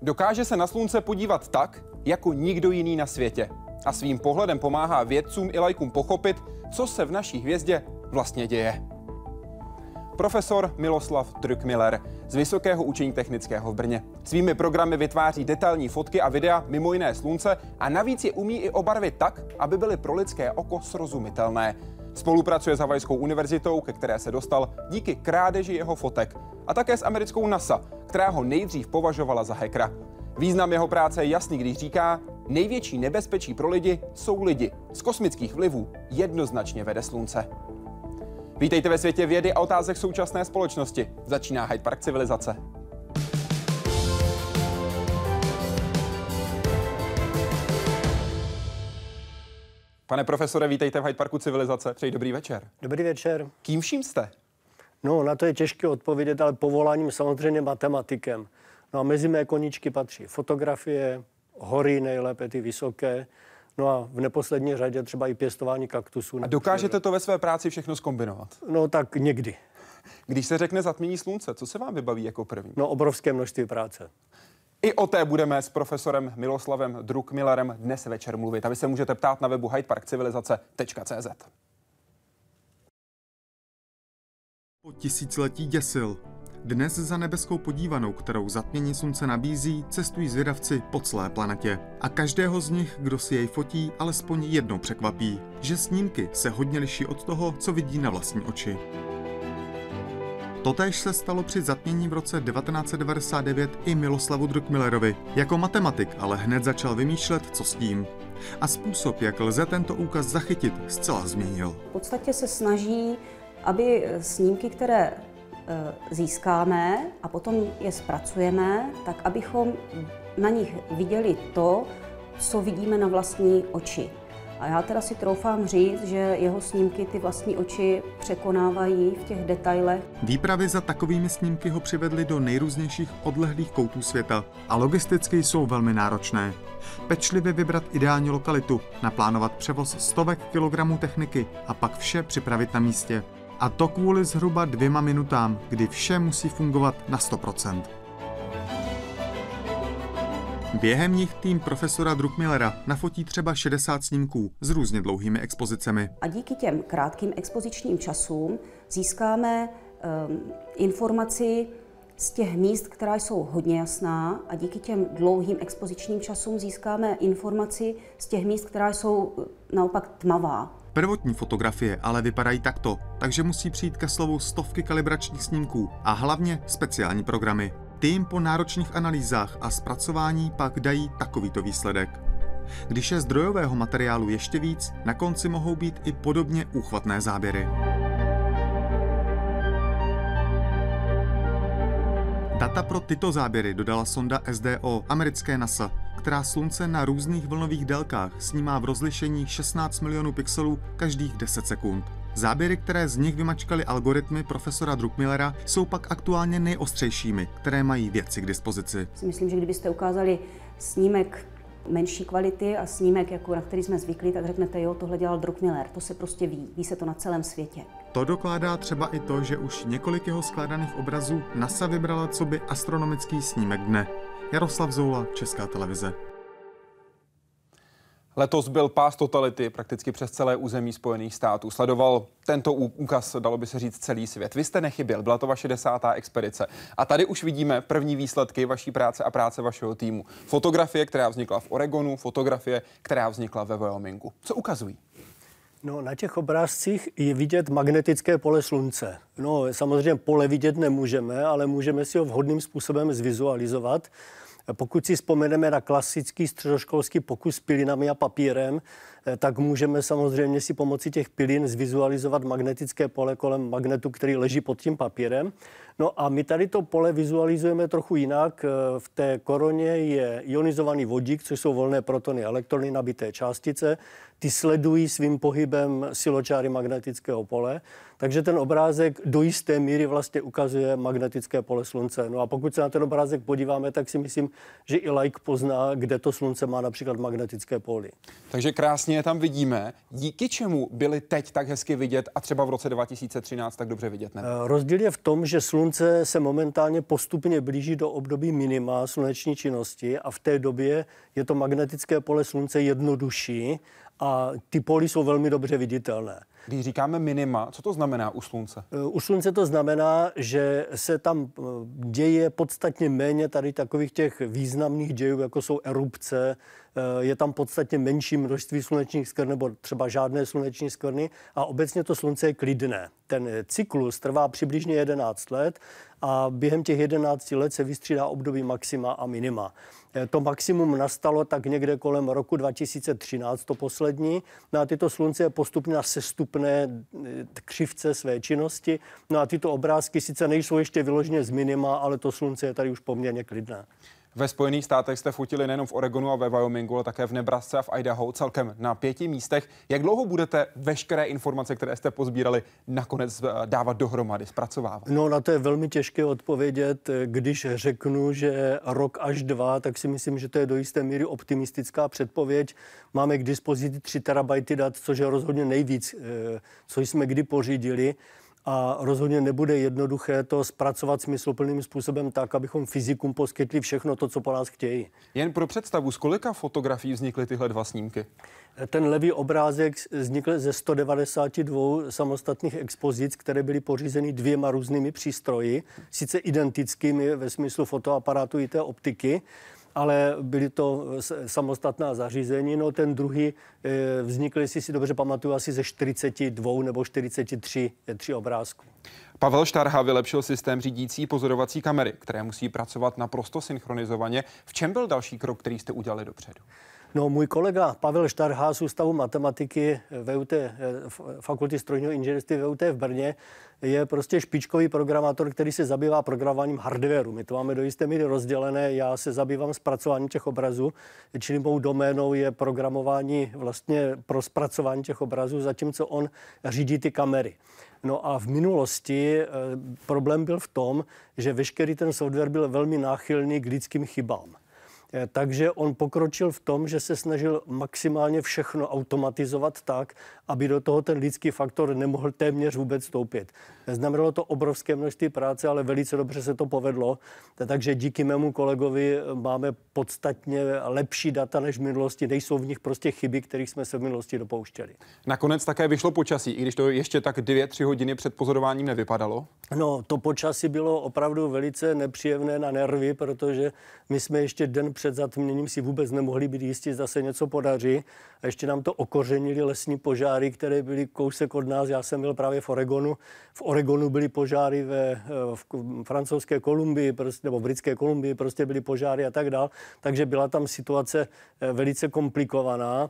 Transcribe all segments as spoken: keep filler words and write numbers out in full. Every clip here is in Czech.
Dokáže se na slunce podívat tak, jako nikdo jiný na světě. A svým pohledem pomáhá vědcům i laikům pochopit, co se v naší hvězdě vlastně děje. Profesor Miloslav Drückmiller z Vysokého učení technického v Brně. Svými programy vytváří detailní fotky a videa mimo jiné slunce a navíc je umí i obarvit tak, aby byly pro lidské oko srozumitelné. Spolupracuje s Havajskou univerzitou, ke které se dostal díky krádeži jeho fotek. A také s americkou NASA, která ho nejdřív považovala za hackera. Význam jeho práce je jasný, když říká, největší nebezpečí pro lidi jsou lidi. Z kosmických vlivů jednoznačně vede slunce. Vítejte ve světě vědy a otázek současné společnosti. Začíná Hyde Park civilizace. Pane profesore, vítejte v Hyde Parku civilizace. Přeji dobrý večer. Dobrý večer. Kým vším jste? No, na to je těžké odpovědět, ale povoláním samozřejmě matematikem. No a mezi mé koníčky patří fotografie, hory nejlépe ty vysoké, no a v neposlední řadě třeba i pěstování kaktusů. A dokážete to ve své práci všechno zkombinovat? No tak někdy. Když se řekne zatmění slunce, co se vám vybaví jako první? No obrovské množství práce. I o té budeme s profesorem Miloslavem Drückmillerem dnes večer mluvit. A vy se můžete ptát na webu hyde park civilizace tečka cé zet. Po tisíciletí děsil. Dnes za nebeskou podívanou, kterou zatmění slunce nabízí, cestují zvědavci po celé planetě. A každého z nich, kdo si jej fotí, alespoň jednou překvapí, že snímky se hodně liší od toho, co vidí na vlastní oči. Totéž se stalo při zatmění v roce devatenáct set devadesát devět i Miloslavu Drückmillerovi. Jako matematik ale hned začal vymýšlet, co s tím. A způsob, jak lze tento úkaz zachytit, zcela změnil. V podstatě se snaží, aby snímky, které získáme a potom je zpracujeme, tak abychom na nich viděli to, co vidíme na vlastní oči. A já teda si troufám říct, že jeho snímky ty vlastní oči překonávají v těch detailech. Výpravy za takovými snímky ho přivedly do nejrůznějších odlehlých koutů světa a logisticky jsou velmi náročné. Pečlivě vybrat ideální lokalitu, naplánovat převoz stovek kilogramů techniky a pak vše připravit na místě. A to kvůli zhruba dvěma minutám, kdy vše musí fungovat na sto procent. Během nich tým profesora Drückmillera nafotí třeba šedesát snímků s různě dlouhými expozicemi. A díky těm krátkým expozičním časům získáme um, informaci z těch míst, která jsou hodně jasná, a díky těm dlouhým expozičním časům získáme informaci z těch míst, která jsou naopak tmavá. Prvotní fotografie ale vypadají takto, takže musí přijít ke slovu stovky kalibračních snímků a hlavně speciální programy. Ty jim po náročných analýzách a zpracování pak dají takovýto výsledek. Když je zdrojového materiálu ještě víc, na konci mohou být i podobně úchvatné záběry. Data pro tyto záběry dodala sonda S D O americké NASA, která slunce na různých vlnových délkách snímá v rozlišení šestnáct milionů pixelů každých deset sekund. Záběry, které z nich vymačkaly algoritmy profesora Drückmillera, jsou pak aktuálně nejostřejšími, které mají vědci k dispozici. Myslím, že kdybyste ukázali snímek menší kvality a snímek, jako na který jsme zvyklí, tak řeknete, jo, tohle dělal Drückmiller, to se prostě ví, ví se to na celém světě. To dokládá třeba i to, že už několik jeho skládaných obrazů NASA vybrala coby astronomický snímek dne. Jaroslav Zoula, Česká televize. Letos byl pás totality prakticky přes celé území Spojených států. Sledoval tento úkaz, dalo by se říct, celý svět. Vy jste nechyběl, byla to vaše desátá expedice. A tady už vidíme první výsledky vaší práce a práce vašeho týmu. Fotografie, která vznikla v Oregonu, fotografie, která vznikla ve Wyomingu. Co ukazují? No, na těch obrázcích je vidět magnetické pole slunce. No, samozřejmě pole vidět nemůžeme, ale můžeme si ho vhodným způsobem zvizualizovat. Pokud si vzpomeneme na klasický středoškolský pokus s pilinami a papírem, tak můžeme samozřejmě si pomocí těch pilin zvizualizovat magnetické pole kolem magnetu, který leží pod tím papírem. No a my tady to pole vizualizujeme trochu jinak. V té koroně je ionizovaný vodík, což jsou volné protony a elektrony, nabité částice. ty sledují svým pohybem siločáry magnetického pole, takže ten obrázek do jisté míry vlastně ukazuje magnetické pole Slunce. No a pokud se na ten obrázek podíváme, tak si myslím, že i laik pozná, kde to Slunce má například magnetické póly. Takže krásně je tam vidíme. Díky čemu byly teď tak hezky vidět a třeba v roce dva tisíce třináct tak dobře vidět ne? Rozdíl je v tom, že Slunce se momentálně postupně blíží do období minima sluneční činnosti a v té době je to magnetické pole Slunce jednodušší a ty póly jsou velmi dobře viditelné. Když říkáme minima, co to znamená u Slunce? U Slunce to znamená, že se tam děje podstatně méně tady takových těch významných dějů, jako jsou erupce, je tam podstatně menší množství slunečních skvrn nebo třeba žádné sluneční skvrny a obecně to Slunce je klidné. Ten cyklus trvá přibližně jedenáct let a během těch jedenácti let se vystřídá období maxima a minima. To maximum nastalo tak někde kolem roku dva tisíce třináct, to poslední. No a tyto Slunce je postupně na sestupné křivce své činnosti. No a tyto obrázky sice nejsou ještě vyloženě z minima, ale to Slunce je tady už poměrně klidné. Ve Spojených státech jste fotili nejenom v Oregonu a ve Wyomingu, ale také v Nebrasce a v Idaho, celkem na pěti místech. Jak dlouho budete veškeré informace, které jste pozbírali, nakonec dávat dohromady, zpracovávat? No, na to je velmi těžké odpovědět. Když řeknu, že rok až dva, tak si myslím, že to je do jisté míry optimistická předpověď. Máme k dispozici tři terabajty dat, což je rozhodně nejvíc, co jsme kdy pořídili. A rozhodně nebude jednoduché to zpracovat smysluplným způsobem tak, abychom fyzikům poskytli všechno to, co po nás chtějí. Jen pro představu, z kolika fotografií vznikly tyhle dva snímky? Ten levý obrázek vznikl ze sto devadesát dva samostatných expozic, které byly pořízeny dvěma různými přístroji, sice identickými ve smyslu fotoaparátu i té optiky, ale byly to samostatná zařízení. No ten druhý vznikl, jestli si dobře pamatuju, asi ze čtyřicet dva nebo čtyřicet tři tři obrázků. Pavel Štarha vylepšil systém řídící pozorovací kamery, které musí pracovat naprosto synchronizovaně. V čem byl další krok, který jste udělali dopředu? No, můj kolega Pavel Štarha z Ústavu matematiky V U T, Fakulty strojního inženýrství V U T v Brně, je prostě špičkový programátor, který se zabývá programováním hardwareu. My to máme do jisté míry rozdělené. Já se zabývám zpracováním těch obrazů, čili mou doménou je programování vlastně pro zpracování těch obrazů, zatímco on řídí ty kamery. No a v minulosti e, problém byl v tom, že veškerý ten software byl velmi náchylný k lidským chybám. Takže on pokročil v tom, že se snažil maximálně všechno automatizovat tak, aby do toho ten lidský faktor nemohl téměř vůbec vstoupit. Znamenalo to obrovské množství práce, ale velice dobře se to povedlo. Takže díky mému kolegovi máme podstatně lepší data než v minulosti. Nejsou v nich prostě chyby, kterých jsme se v minulosti dopouštěli. Nakonec také vyšlo počasí, i když to ještě tak dvě, tři hodiny před pozorováním nevypadalo. No, to počasí bylo opravdu velice nepříjemné na nervy, protože my jsme ještě den před zatměním si vůbec nemohli být jistí, zda se něco podaří. A ještě nám to okořenili lesní požáry, které byly kousek od nás. Já jsem byl právě v Oregonu. V Oregonu byly požáry ve v francouzské Kolumbii, prostě, nebo v britské Kolumbii, prostě byly požáry a tak dál. Takže byla tam situace velice komplikovaná.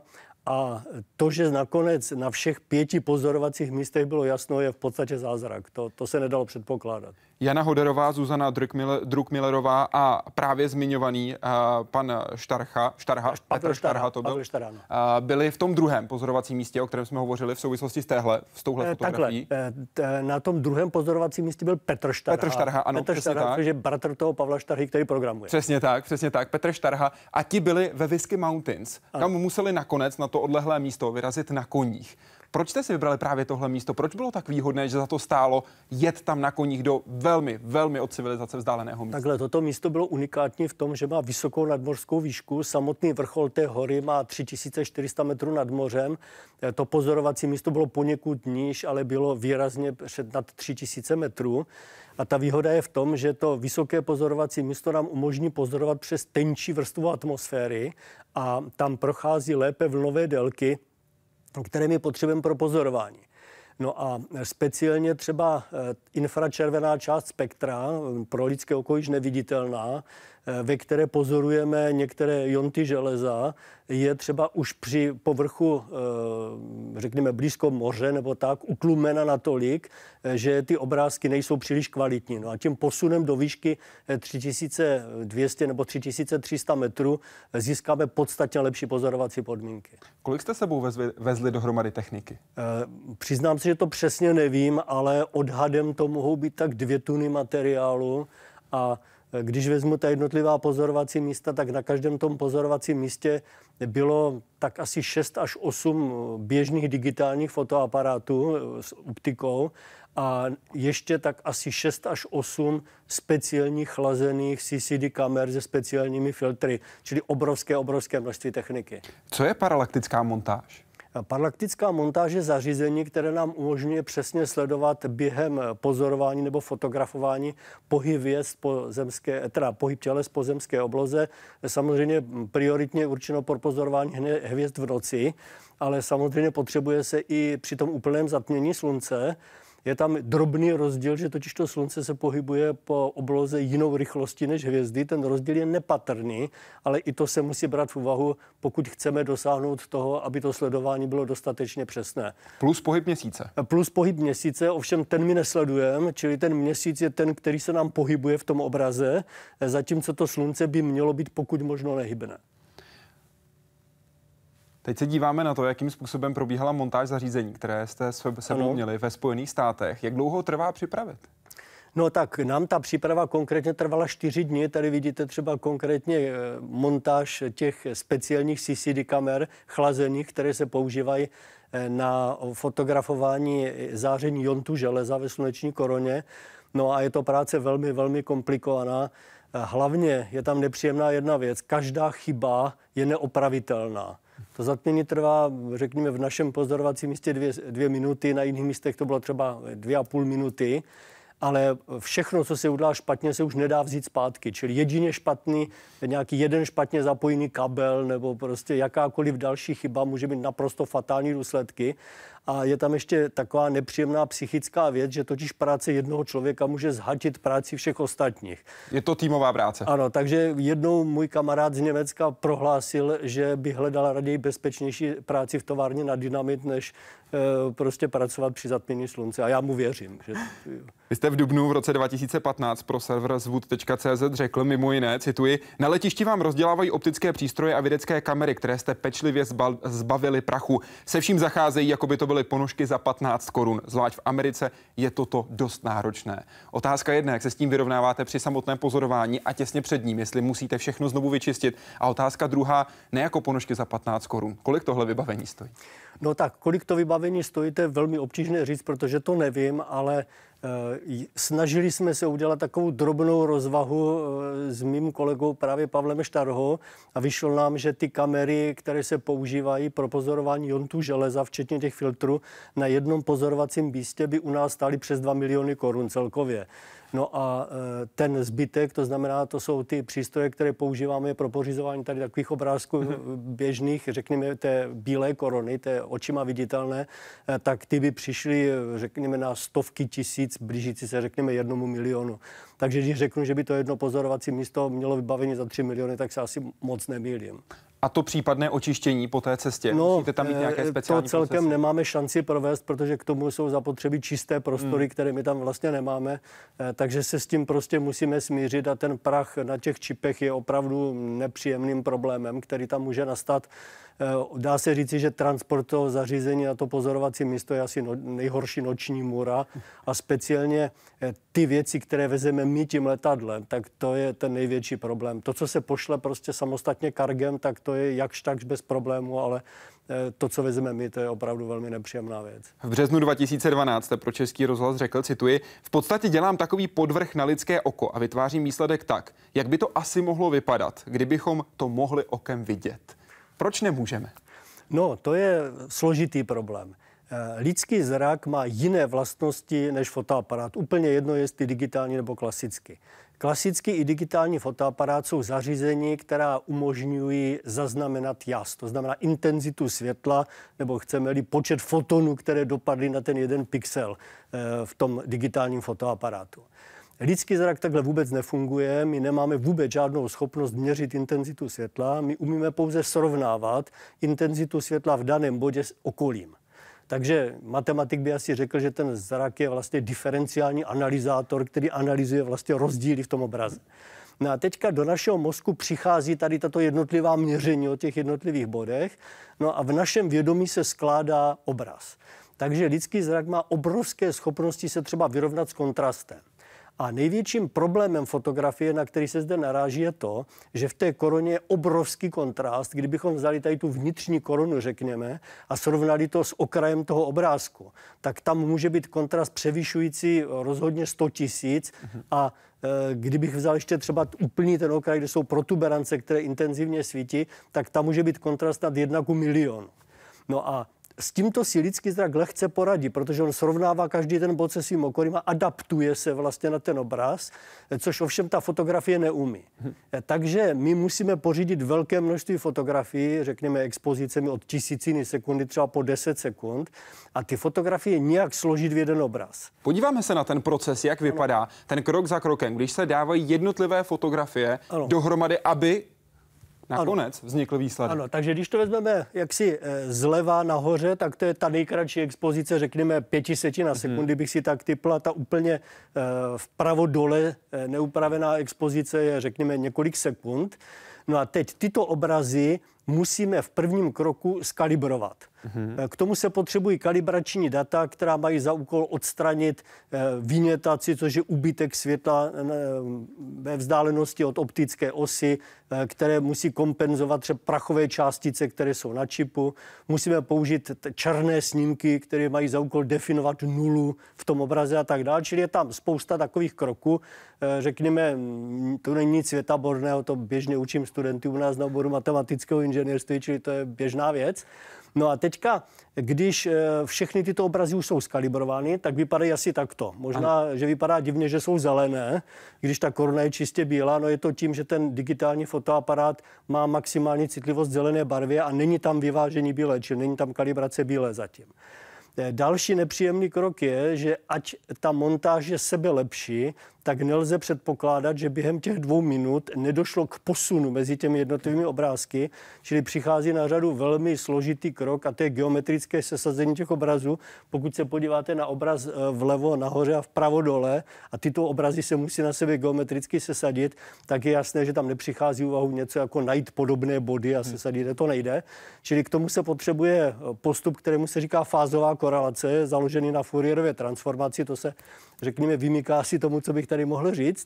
A to, že nakonec na všech pěti pozorovacích místech bylo jasno, je v podstatě zázrak. To, to se nedalo předpokládat. Jana Hoderová, Zuzana Druckmillerová a právě zmiňovaný uh, pan Štarcha, Štarha, Petr Štarha, to byl, uh, byli v tom druhém pozorovacím místě, o kterém jsme hovořili v souvislosti s téhle, s touhle eh, fotografií. Takhle, na tom druhém pozorovacím místě byl Petr Štarha. Petr Štarha, ano, Petr Štarha, což je bratr toho Pavla Štarhy, který programuje. Přesně tak, přesně tak. Petr Štarha. A ti byli ve Whiskey Mountains, ano. Kam museli nakonec na to odlehlé místo vyrazit na koních. Proč jste si vybrali právě tohle místo? Proč bylo tak výhodné, že za to stálo jet tam na koních do velmi, velmi od civilizace vzdáleného místa? Takhle, toto místo bylo unikátní v tom, že má vysokou nadmořskou výšku. Samotný vrchol té hory má tři tisíce čtyři sta metrů nad mořem. To pozorovací místo bylo poněkud níž, ale bylo výrazně před nad tři tisíce metrů. A ta výhoda je v tom, že to vysoké pozorovací místo nám umožní pozorovat přes tenčí vrstvu atmosféry a tam prochází lépe vlnové délky, které my potřebujeme pro pozorování. No a speciálně třeba infračervená část spektra, pro lidské oko již neviditelná, ve které pozorujeme některé ionty železa, je třeba už při povrchu, řekněme, blízko moře nebo tak, utlumena natolik, že ty obrázky nejsou příliš kvalitní. No a tím posunem do výšky tři tisíce dvě stě nebo tři tisíce tři sta metrů získáme podstatně lepší pozorovací podmínky. Kolik jste sebou vezli, vezli dohromady techniky? E, přiznám se, že to přesně nevím, ale odhadem to mohou být tak dvě tuny materiálu a když vezmu ta jednotlivá pozorovací místa, tak na každém tom pozorovacím místě bylo tak asi šest až osm běžných digitálních fotoaparátů s optikou a ještě tak asi šest až osm speciálních chlazených C C D kamer se speciálními filtry, čili obrovské, obrovské množství techniky. Co je paralaktická montáž? Paralaktická montáž je zařízení, které nám umožňuje přesně sledovat během pozorování nebo fotografování pohyb hvězd po zemské, teda pohyb těles po zemské obloze. Samozřejmě prioritně určeno pro pozorování hvězd v noci, ale samozřejmě potřebuje se i při tom úplném zatmění slunce. Je tam drobný rozdíl, že totiž to slunce se pohybuje po obloze jinou rychlostí než hvězdy. Ten rozdíl je nepatrný, ale i to se musí brát v úvahu, pokud chceme dosáhnout toho, aby to sledování bylo dostatečně přesné. Plus pohyb měsíce. Plus pohyb měsíce, ovšem ten my nesledujeme, čili ten měsíc je ten, který se nám pohybuje v tom obraze, zatímco to slunce by mělo být pokud možno nehybné. Teď se díváme na to, jakým způsobem probíhala montáž zařízení, které jste sebou měli ve Spojených státech. Jak dlouho trvá připravit? No tak nám ta příprava konkrétně trvala čtyři dny. Tady vidíte třeba konkrétně montáž těch speciálních C C D kamer chlazených, které se používají na fotografování záření iontu železa ve sluneční koroně. No a je to práce velmi, velmi komplikovaná. Hlavně je tam nepříjemná jedna věc. Každá chyba je neopravitelná. To zatmění trvá, řekněme, v našem pozorovacím místě dvě, dvě minuty, na jiných místech to bylo třeba dvě a půl minuty, ale všechno, co se udělá špatně, se už nedá vzít zpátky. Čili jedině špatný, nějaký jeden špatně zapojený kabel nebo prostě jakákoliv další chyba může mít naprosto fatální důsledky. A je tam ještě taková nepříjemná psychická věc, že totiž práce jednoho člověka může zhatit práci všech ostatních. Je to týmová práce. Ano, takže jednou můj kamarád z Německa prohlásil, že by hledal raději bezpečnější práci v továrně na dynamit, než e, prostě pracovat při zatmění slunce. A já mu věřím. Že... Vy jste v dubnu v roce dva tisíce patnáct pro server zvud tečka cé zet řekl mimo jiné, cituji, na letišti vám rozdělávají optické přístroje a vědecké kamery, které jste pečlivě zbavili prachu. Se vším zacházejí, jako by to byly ponožky za patnáct korun. Zvlášť v Americe je toto dost náročné. Otázka jedna, jak se s tím vyrovnáváte při samotném pozorování a těsně před ním, jestli musíte všechno znovu vyčistit. A otázka druhá, ne jako ponožky za patnáct korun. Kolik tohle vybavení stojí? No tak, kolik to vybavení stojí, to je velmi obtížné říct, protože to nevím, ale e, snažili jsme se udělat takovou drobnou rozvahu e, s mým kolegou právě Pavlem Štarhou a vyšlo nám, že ty kamery, které se používají pro pozorování iontů železa, včetně těch filtrů, na jednom pozorovacím místě by u nás stály přes dva miliony korun celkově. No a e, ten zbytek, to znamená, to jsou ty přístroje, které používáme pro pořizování tady takových obrázků mm-hmm. běžných, řekněme, té bílé korony, té očima viditelné, e, tak ty by přišly, řekněme, na stovky tisíc, blížící se, řekněme, jednomu milionu. Takže když řeknu, že by to jedno pozorovací místo mělo vybavení za tři miliony, tak se asi moc nemýlím. A to případné očištění po té cestě? No, musíte tam mít nějaké speciální to celkem procesy? Nemáme šanci provést, protože k tomu jsou zapotřebí čisté prostory, hmm. které my tam vlastně nemáme. Takže se s tím prostě musíme smířit a ten prach na těch čipech je opravdu nepříjemným problémem, který tam může nastat. Dá se říci, že transport toho zařízení na to pozorovací místo je asi no, nejhorší noční můra a speciálně ty věci, které vezeme my tím letadlem, tak to je ten největší problém. To, co se pošle prostě samostatně kargem, tak to je jakž takž bez problému, ale to, co vezeme my, to je opravdu velmi nepříjemná věc. V březnu dva tisíce dvanáct jste pro Český rozhlas řekl, cituji, v podstatě dělám takový podvrh na lidské oko a vytvářím výsledek tak, jak by to asi mohlo vypadat, kdybychom to mohli okem vidět. Proč nemůžeme? No, to je složitý problém. Lidský zrak má jiné vlastnosti než fotoaparát. Úplně jedno, jestli digitální nebo klasický. Klasický i digitální fotoaparát jsou zařízení, která umožňují zaznamenat jas. To znamená intenzitu světla, nebo chceme-li počet fotonů, které dopadly na ten jeden pixel v tom digitálním fotoaparátu. Lidský zrak takhle vůbec nefunguje, my nemáme vůbec žádnou schopnost měřit intenzitu světla, my umíme pouze srovnávat intenzitu světla v daném bodě s okolím. Takže matematik by asi řekl, že ten zrak je vlastně diferenciální analyzátor, který analyzuje vlastně rozdíly v tom obraze. No a teďka do našeho mozku přichází tady tato jednotlivá měření o těch jednotlivých bodech, no a v našem vědomí se skládá obraz. Takže lidský zrak má obrovské schopnosti se třeba vyrovnat s kontrastem. A největším problémem fotografie, na který se zde naráží, je to, že v té koroně je obrovský kontrast. Kdybychom vzali tady tu vnitřní korunu, řekněme, a srovnali to s okrajem toho obrázku, tak tam může být kontrast převyšující rozhodně sto tisíc a e, kdybych vzal ještě třeba úplný ten okraj, kde jsou protuberance, které intenzivně svítí, tak tam může být kontrast nad jedna ku milionu. No a s tímto si lidský zrak lehce poradí, protože on srovnává každý ten bod se svým okolím a adaptuje se vlastně na ten obraz, což ovšem ta fotografie neumí. Hmm. Takže my musíme pořídit velké množství fotografií, řekněme expozicemi od tisíciny sekundy třeba po deset sekund a ty fotografie nijak složit v jeden obraz. Podíváme se na ten proces, jak vypadá ano. ten krok za krokem, když se dávají jednotlivé fotografie ano. dohromady, aby nakonec ano. vznikl výsledek. Ano, takže když to vezmeme jaksi zleva nahoře, tak to je ta nejkratší expozice, řekněme pětisetina sekundy, hmm. bych si tak typla. Ta úplně vpravo dole neupravená expozice je, řekněme, několik sekund. No a teď tyto obrazy musíme v prvním kroku skalibrovat. Mm-hmm. K tomu se potřebují kalibrační data, která mají za úkol odstranit vinětaci, což je úbytek světla ve vzdálenosti od optické osy, které musí kompenzovat třeba prachové částice, které jsou na čipu. Musíme použít černé snímky, které mají za úkol definovat nulu v tom obraze a tak dále. Čili je tam spousta takových kroků. Řekněme, to není nic světaborného, to běžně učím studenty u nás na oboru matematického inženýrství, čili to je běžná věc. No a teďka, když všechny tyto obrazy už jsou skalibrovány, tak vypadají asi takto. Možná, ano. že vypadá divně, že jsou zelené, když ta koruna je čistě bílá, no je to tím, že ten digitální fotoaparát má maximální citlivost zelené barvy a není tam vyvážení bílé, čili není tam kalibrace bílé zatím. Další nepříjemný krok je, že ať ta montáž je sebe lepší, tak nelze předpokládat, že během těch dvou minut nedošlo k posunu mezi těmi jednotlivými obrázky, čili přichází na řadu velmi složitý krok a to je geometrické sesazení těch obrazů. Pokud se podíváte na obraz vlevo, nahoře a vpravo dole a tyto obrazy se musí na sebe geometricky sesadit, tak je jasné, že tam nepřichází úvahu něco jako najít podobné body a sesadit, to nejde. Čili k tomu se potřebuje postup, kterému se říká fázová korelace, založený na Fourierově transformaci, to se, řekněme, vymyká si tomu, co bych tady mohl říct.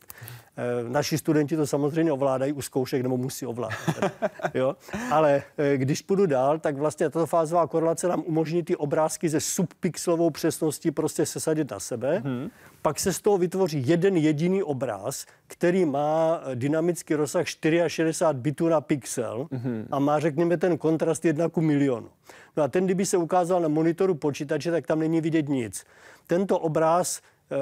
Naši studenti to samozřejmě ovládají u zkoušek, nebo musí ovládat. Jo? Ale když půjdu dál, tak vlastně tato fázová korelace nám umožní ty obrázky se subpixelovou přesností prostě sesadit na sebe. Hmm. Pak se z toho vytvoří jeden jediný obraz, který má dynamický rozsah šedesát čtyři bitů na pixel hmm. a má, řekněme, ten kontrast jedna ku milionu. No a ten, kdyby se ukázal na monitoru počítače, tak tam není vidět nic. Tento obraz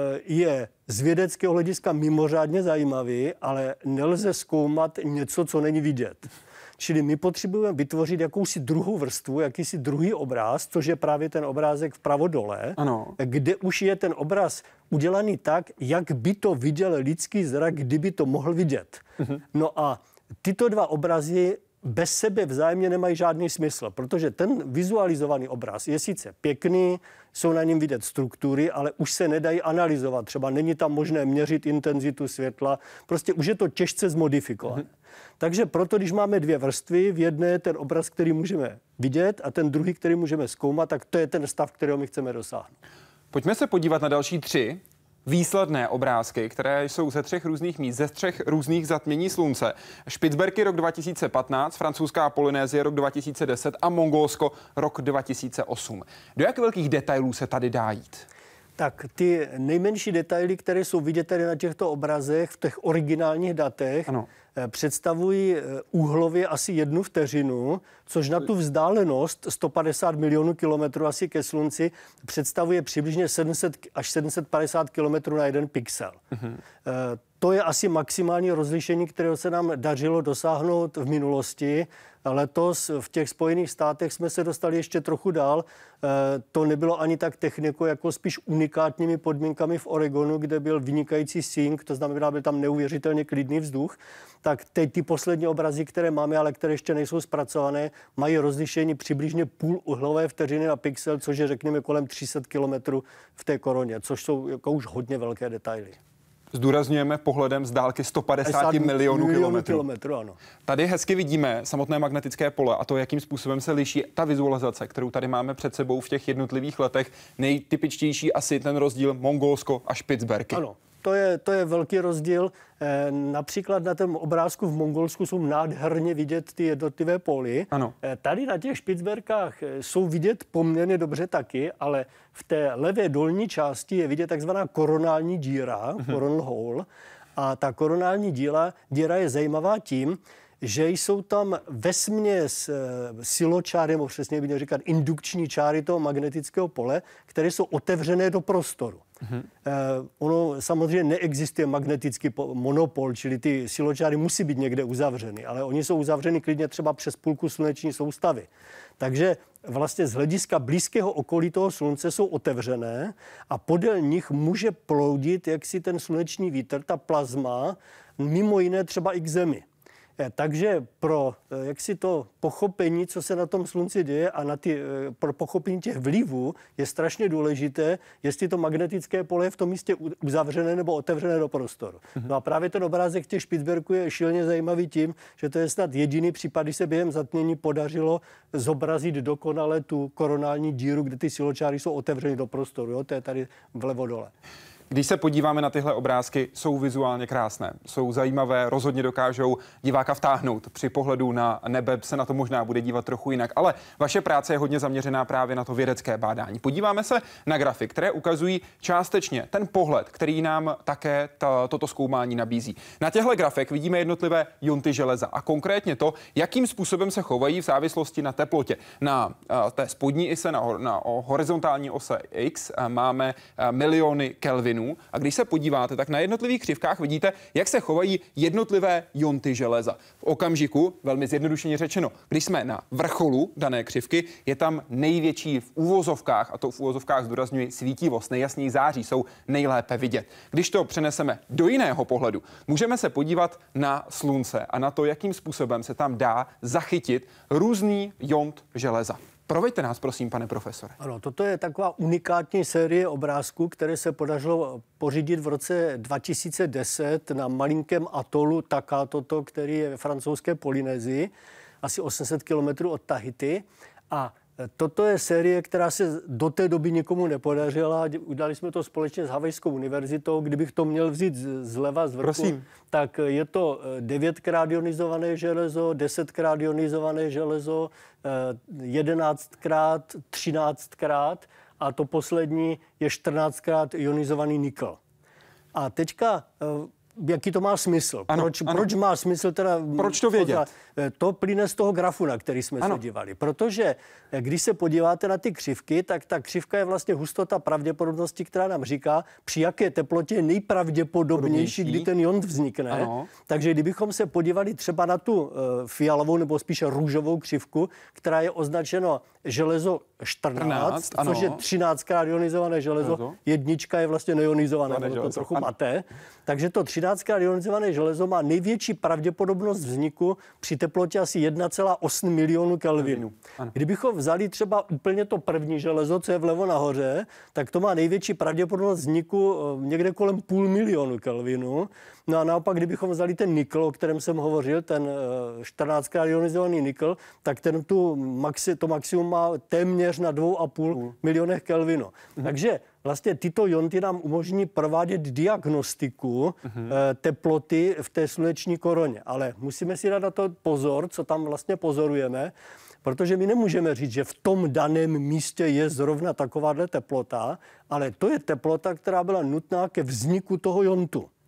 je z vědeckého hlediska mimořádně zajímavý, ale nelze zkoumat něco, co není vidět. Čili my potřebujeme vytvořit jakousi druhou vrstvu, jakýsi druhý obraz, což je právě ten obrázek vpravo dole, ano. kde už je ten obraz udělaný tak, jak by to viděl lidský zrak, kdyby to mohl vidět. Mhm. No a tyto dva obrazy bez sebe vzájemně nemají žádný smysl, protože ten vizualizovaný obraz je sice pěkný, jsou na něm vidět struktury, ale už se nedají analyzovat. Třeba není tam možné měřit intenzitu světla, prostě už je to těžce zmodifikované. Mm-hmm. Takže proto, když máme dvě vrstvy, v jedné je ten obraz, který můžeme vidět a ten druhý, který můžeme zkoumat, tak to je ten stav, kterého my chceme dosáhnout. Pojďme se podívat na další tři výsledné obrázky, které jsou ze třech různých míst, ze třech různých zatmění slunce. Špicberky rok dva tisíce patnáct, francouzská Polynésie rok dva tisíce deset a Mongolsko rok dva tisíce osm. Do jak velkých detailů se tady dá jít? Tak ty nejmenší detaily, které jsou vidět tady na těchto obrazech v těch originálních datech, ano. představují úhlově asi jednu vteřinu, což na tu vzdálenost sto padesát milionů kilometrů asi ke slunci představuje přibližně sedm set až sedm set padesát kilometrů na jeden pixel. Mhm. to je asi maximální rozlišení, kterého se nám dařilo dosáhnout v minulosti. Letos v těch Spojených státech jsme se dostali ještě trochu dál. To nebylo ani tak technikou, jako spíš unikátními podmínkami v Oregonu, kde byl vynikající sink, to znamená, byl tam neuvěřitelně klidný vzduch. Tak teď ty poslední obrazy, které máme, ale které ještě nejsou zpracované, mají rozlišení přibližně půl uhlové vteřiny na pixel, což je řekněme kolem tři sta kilometrů v té koroně, což jsou jako už hodně velké detaily. Zdůrazňujeme pohledem z dálky sto padesát milionů kilometrů. kilometrů ano. Tady hezky vidíme samotné magnetické pole a to, jakým způsobem se liší ta vizualizace, kterou tady máme před sebou v těch jednotlivých letech. Nejtypičtější asi ten rozdíl Mongolsko a Špicberky. Ano. To je, to je velký rozdíl. E, například na tom obrázku v Mongolsku jsou nádherně vidět ty jednotlivé póly. Ano. E, tady na těch Špicberkách jsou vidět poměrně dobře taky, ale v té levé dolní části je vidět takzvaná koronální díra, mm-hmm. coronal hole. A ta koronální díra, díra je zajímavá tím, že jsou tam vesměs siločáry, nebo přesně bych měl říkat indukční čáry toho magnetického pole, které jsou otevřené do prostoru. Mm-hmm. Eh, ono samozřejmě neexistuje magnetický monopol, čili ty siločáry musí být někde uzavřeny, ale oni jsou uzavřeny klidně třeba přes půlku sluneční soustavy. Takže vlastně z hlediska blízkého okolí toho slunce jsou otevřené a podél nich může ploudit jaksi ten sluneční vítr, ta plazma, mimo jiné třeba i k Zemi. Takže pro jaksi to pochopení, co se na tom slunci děje a na ty, pro pochopení těch vlivů je strašně důležité, jestli to magnetické pole je v tom místě uzavřené nebo otevřené do prostoru. No a právě ten obrázek těch Špicberků je šíleně zajímavý tím, že to je snad jediný případ, kdy se během zatmění podařilo zobrazit dokonale tu koronální díru, kde ty siločáry jsou otevřeny do prostoru. Jo? To je tady vlevo dole. Když se podíváme na tyhle obrázky, jsou vizuálně krásné, jsou zajímavé, rozhodně dokážou diváka vtáhnout. Při pohledu na nebe se na to možná bude dívat trochu jinak, ale vaše práce je hodně zaměřená právě na to vědecké bádání. Podíváme se na grafy, které ukazují částečně ten pohled, který nám také ta, toto zkoumání nabízí. Na těchto grafech vidíme jednotlivé junty železa a konkrétně to, jakým způsobem se chovají v závislosti na teplotě. Na a, té spodní ose, na, na horizontální ose X a, máme a, miliony kelvinů. A když se podíváte, tak na jednotlivých křivkách vidíte, jak se chovají jednotlivé junty železa. V okamžiku, velmi zjednodušeně řečeno, když jsme na vrcholu dané křivky, je tam největší v úvozovkách, a to v úvozovkách zdůrazňuji svítivost, nejjasněji září, jsou nejlépe vidět. Když to přeneseme do jiného pohledu, můžeme se podívat na slunce a na to, jakým způsobem se tam dá zachytit různý jont železa. Proveďte nás, prosím, pane profesore. Ano, toto je taková unikátní série obrázků, které se podařilo pořídit v roce dva tisíce deset na malinkém atolu Takatoto, který je ve francouzské Polynésii, asi osm set kilometrů od Tahiti. A toto je série, která se do té doby nikomu nepodařila. Udělali jsme to společně s Havajskou univerzitou. Kdybych to měl vzít zleva z vrchu, Prosím. tak je to devětkrát ionizované železo, desetkrát ionizované železo, jedenáctkrát, třináctkrát a to poslední je čtrnáctkrát ionizovaný nikl. A teďka jaký to má smysl? Ano, proč, ano. proč má smysl teda... Proč to vědět? To plyne z toho grafu, na který jsme ano. se dívali. Protože když se podíváte na ty křivky, tak ta křivka je vlastně hustota pravděpodobnosti, která nám říká, při jaké teplotě je nejpravděpodobnější, kdy ten jont vznikne. Ano. Takže kdybychom se podívali třeba na tu uh, fialovou nebo spíše růžovou křivku, která je označeno železo čtrnáct, což je třináctkrát ionizované železo, ano. jednička je vlastně neionizované, to trochu ano. maté. Takže to třináctkrát ionizované železo má největší pravděpodobnost vzniku při teplotě asi jedna celá osm milionu kelvinů. Kdybychom vzali třeba úplně to první železo, co je vlevo nahoře, tak to má největší pravděpodobnost vzniku někde kolem půl milionu kelvinů. No a naopak, kdybychom vzali ten nikl, o kterém jsem hovořil, ten čtrnáctkrát ionizovaný nikl, tak ten tu maxi, to maximum má téměř na dvou a půl milionech kelvinů. Mhm. Takže vlastně tyto jonty nám umožní provádět diagnostiku mhm. teploty v té sluneční koroně. Ale musíme si dát na to pozor, co tam vlastně pozorujeme, protože my nemůžeme říct, že v tom daném místě je zrovna takováhle teplota, ale to je teplota, která byla nutná ke vzniku toho jontu.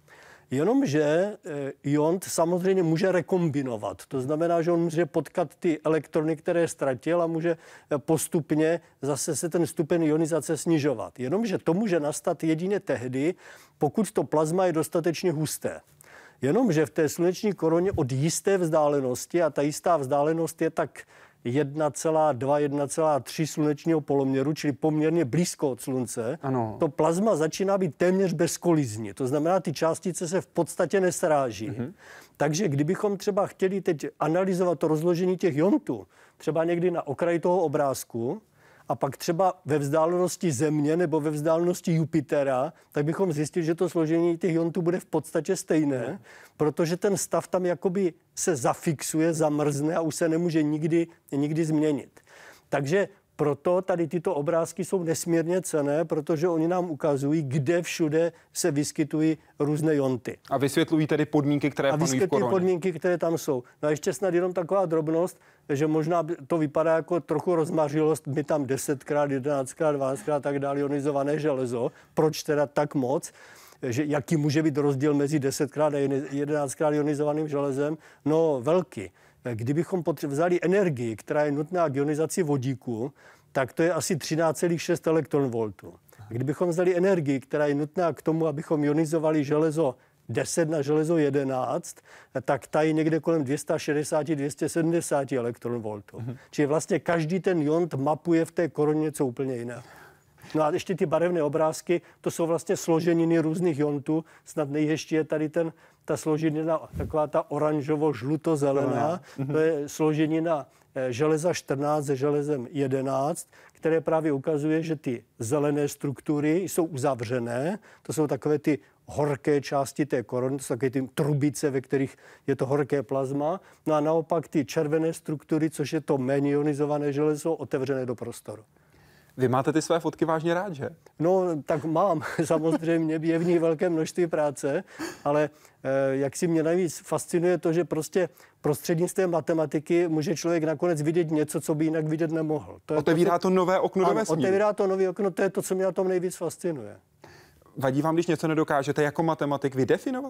Jenomže iont samozřejmě může rekombinovat. To znamená, že on může potkat ty elektrony, které ztratil a může postupně zase se ten stupeň ionizace snižovat. Jenomže to může nastat jedině tehdy, pokud to plazma je dostatečně husté. Jenomže v té sluneční koroně od jisté vzdálenosti, a ta jistá vzdálenost je tak jedna celá dva, jedna celá tři slunečního poloměru, čili poměrně blízko od slunce, ano. To plazma začíná být téměř bezkolizní. To znamená, ty částice se v podstatě nesráží. Mm-hmm. Takže kdybychom třeba chtěli teď analyzovat to rozložení těch iontů, třeba někdy na okraji toho obrázku, a pak třeba ve vzdálenosti Země nebo ve vzdálenosti Jupitera, tak bychom zjistili, že to složení těch iontů bude v podstatě stejné, protože ten stav tam jakoby se zafixuje, zamrzne a už se nemůže nikdy, nikdy změnit. Takže proto tady tyto obrázky jsou nesmírně cenné, protože oni nám ukazují, kde všude se vyskytují různé ionty. A vysvětlují tedy podmínky, které panují v koroně. A vysvětlují podmínky, které tam jsou. No a ještě snad jenom taková drobnost, že možná to vypadá jako trochu rozmařilost, my tam desetkrát, jedenáctkrát, dvanáctkrát tak dále ionizované železo. Proč teda tak moc? Že jaký může být rozdíl mezi desetkrát a jedenáctkrát ionizovaným železem? No velký. Kdybychom vzali energii, která je nutná k ionizaci vodíku, tak to je asi třináct celá šest elektronvoltů. Kdybychom vzali energii, která je nutná k tomu, abychom ionizovali železo deset na železo jedenáct, tak ta je někde kolem dvě stě šedesát až dvě stě sedmdesát elektronvoltů. Mhm. Čili vlastně každý ten iont mapuje v té koroně něco úplně jiného. No a ještě ty barevné obrázky, to jsou vlastně složeniny různých iontů. Snad nejhezčí je tady ten, ta složenina, taková ta oranžovo-žluto-zelená. To je složenina železa čtrnáct se železem jedenáct, které právě ukazuje, že ty zelené struktury jsou uzavřené. To jsou takové ty horké části té korony, to jsou takové ty trubice, ve kterých je to horké plazma. No a naopak ty červené struktury, což je to méně ionizované železo, jsou otevřené do prostoru. Vy máte ty své fotky vážně rád, že? No, tak mám. Samozřejmě je v nich velké množství práce, ale eh, jak si mě nejvíc fascinuje to, že prostě prostřednictvím matematiky může člověk nakonec vidět něco, co by jinak vidět nemohl. To je otevírá to, to nové okno ano, do vesmíru. Otevírá to nové okno, to je to, co mě na tom nejvíc fascinuje. Vadí vám, když něco nedokážete jako matematik vydefinovat?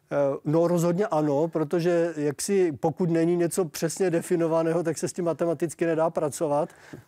No rozhodně ano, protože jaksi pokud není něco přesně definovaného, tak se s tím matematicky nedá pracovat.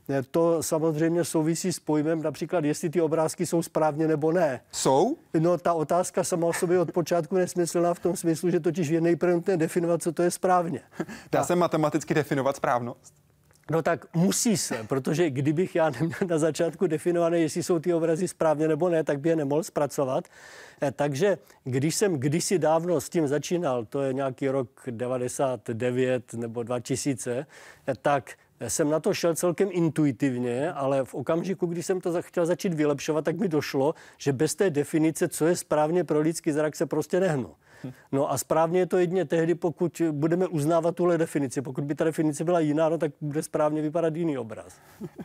To samozřejmě souvisí s pojmem, například jestli ty obrázky jsou správně nebo ne. Jsou? No ta otázka sama o sobě od počátku nesmyslná v tom smyslu, že totiž je nejprve nutné definovat, co to je správně. Dá se matematicky definovat správnost? No tak musí se, protože kdybych já neměl na začátku definované, jestli jsou ty obrazy správně nebo ne, tak by je nemohl zpracovat. Takže když jsem kdysi dávno s tím začínal, to je nějaký rok devadesát devět nebo dva tisíce, tak jsem na to šel celkem intuitivně, ale v okamžiku, když jsem to chtěl začít vylepšovat, tak mi došlo, že bez té definice, co je správně pro lidský zrak, se prostě nehnu. No a správně je to jedině tehdy, pokud budeme uznávat tuhle definici. Pokud by ta definice byla jiná, no, tak bude správně vypadat jiný obraz.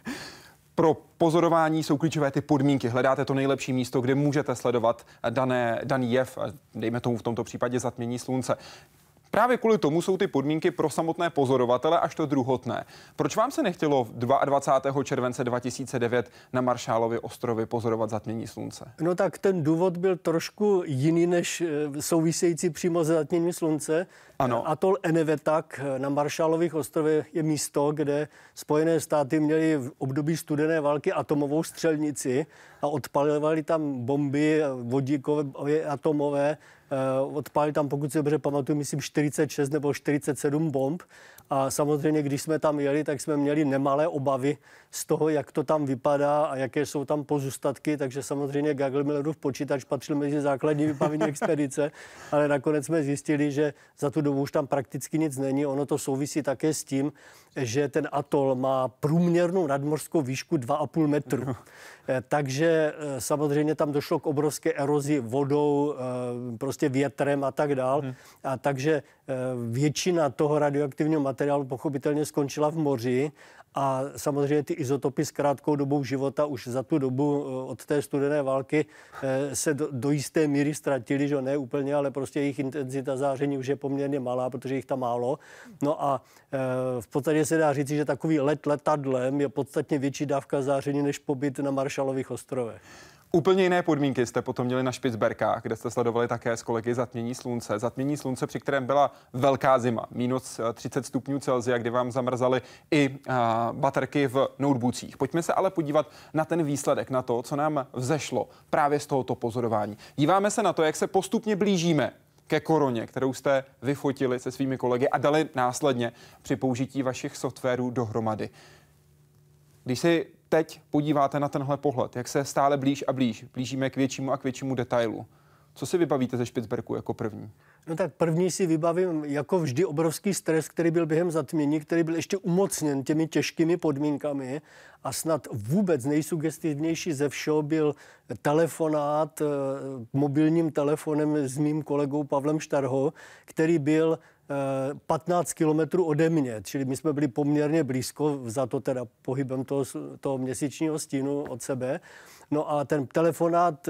Pro pozorování jsou klíčové ty podmínky. Hledáte to nejlepší místo, kde můžete sledovat dané, daný jev, dejme tomu v tomto případě zatmění slunce. Právě kvůli tomu jsou ty podmínky pro samotné pozorovatele až to druhotné. Proč vám se nechtělo dvacátého druhého července dva tisíce devět na Marshallově ostrově pozorovat zatmění slunce? No tak ten důvod byl trošku jiný než související přímo s zatměním slunce. Ano. Atol Enewetak na Marshallových ostrovech je místo, kde Spojené státy měly v období studené války atomovou střelnici a odpalovali tam bomby vodíkové, atomové. Odpálili tam, pokud si dobře pamatuju, myslím čtyřicet šest nebo čtyřicet sedm bomb. A samozřejmě, když jsme tam jeli, tak jsme měli nemalé obavy z toho, jak to tam vypadá a jaké jsou tam pozůstatky. Takže samozřejmě Gagel-Millerův počítač patřil mezi základní vybavení expedice, ale nakonec jsme zjistili, že za tu dobu už tam prakticky nic není. Ono to souvisí také s tím, že ten atol má průměrnou nadmořskou výšku dva a půl metru. No. Takže samozřejmě tam došlo k obrovské erozi vodou, prostě větrem a tak dál. Hmm. A takže většina toho radioaktivního materiálu pochopitelně skončila v moři a samozřejmě ty izotopy s krátkou dobou života už za tu dobu od té studené války se do, do jisté míry ztratily, že ne úplně, ale prostě jejich intenzita záření už je poměrně malá, protože jich tam málo. No a v podstatě se dá říci, že takový let letadlem je podstatně větší dávka záření než pobyt na Marshallových ostrovech. Úplně jiné podmínky jste potom měli na Špicberkách, kde jste sledovali také s kolegy zatmění slunce. Zatmění slunce, při kterém byla velká zima, minus třicet stupňů Celsia, kdy vám zamrzaly i a, baterky v notebookích. Pojďme se ale podívat na ten výsledek, na to, co nám vzešlo právě z tohoto pozorování. Díváme se na to, jak se postupně blížíme ke koroně, kterou jste vyfotili se svými kolegy a dali následně při použití vašich softwarů dohromady. Když si teď podíváte na tenhle pohled, jak se stále blíž a blíž blížíme k většímu a k většímu detailu, co si vybavíte ze Špicberku jako první? No tak první si vybavím jako vždy obrovský stres, který byl během zatmění, který byl ještě umocněn těmi těžkými podmínkami a snad vůbec nejsugestivnější ze všeho byl telefonát mobilním telefonem s mým kolegou Pavlem Štarho, který byl patnáct kilometrů ode mě, čili my jsme byli poměrně blízko, za to teda pohybem toho, toho měsíčního stínu od sebe. No a ten telefonát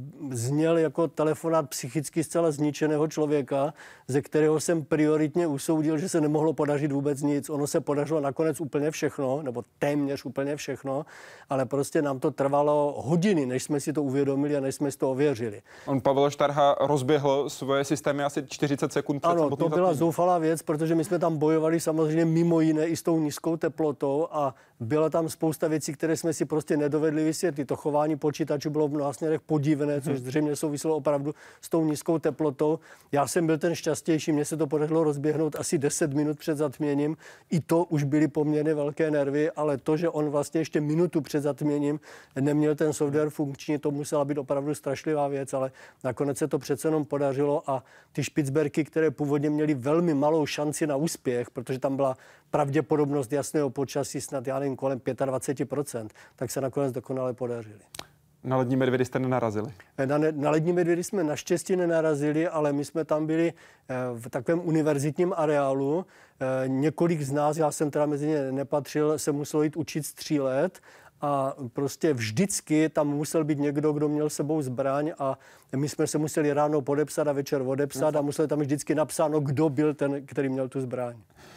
zněl jako telefonát psychicky zcela zničeného člověka, ze kterého jsem prioritně usoudil, že se nemohlo podařit vůbec nic. Ono se podařilo nakonec úplně všechno, nebo téměř úplně všechno, ale prostě nám to trvalo hodiny, než jsme si to uvědomili a než jsme si to ověřili. On Pavel Štarha rozběhl svoje systémy asi čtyřicet sekund před Ano, to byla zoufalá věc, protože my jsme tam bojovali samozřejmě mimo jiné i s tou nízkou teplotou a byla tam spousta věcí, které jsme si prostě nedovedli vysvětlit. To chování počítačů bylo v mnoha směrech podivné, což zřejmě souviselo opravdu s tou nízkou teplotou. Já jsem byl ten šťastější, mně se to podařilo rozběhnout asi deset minut před zatměním. I to už byly poměrně velké nervy, ale to, že on vlastně ještě minutu před zatměním neměl ten software funkční, to musela být opravdu strašlivá věc, ale nakonec se to přece jenom podařilo a ty Špicberky, které původně měly velmi malou šanci na úspěch, protože tam byla pravděpodobnost jasného počasí snad, já nevím, kolem dvacet pět procent, tak se nakonec dokonale podařily. Na lední medvědy jste nenarazili? Na, na lední medvědy jsme naštěstí nenarazili, ale my jsme tam byli v takovém univerzitním areálu. Několik z nás, já jsem teda mezi ně nepatřil, se muselo jít učit střílet a prostě vždycky tam musel být někdo, kdo měl sebou zbraň a my jsme se museli ráno podepsat a večer odepsat a museli tam vždycky napsáno, kdo byl ten, který měl tu zbraň.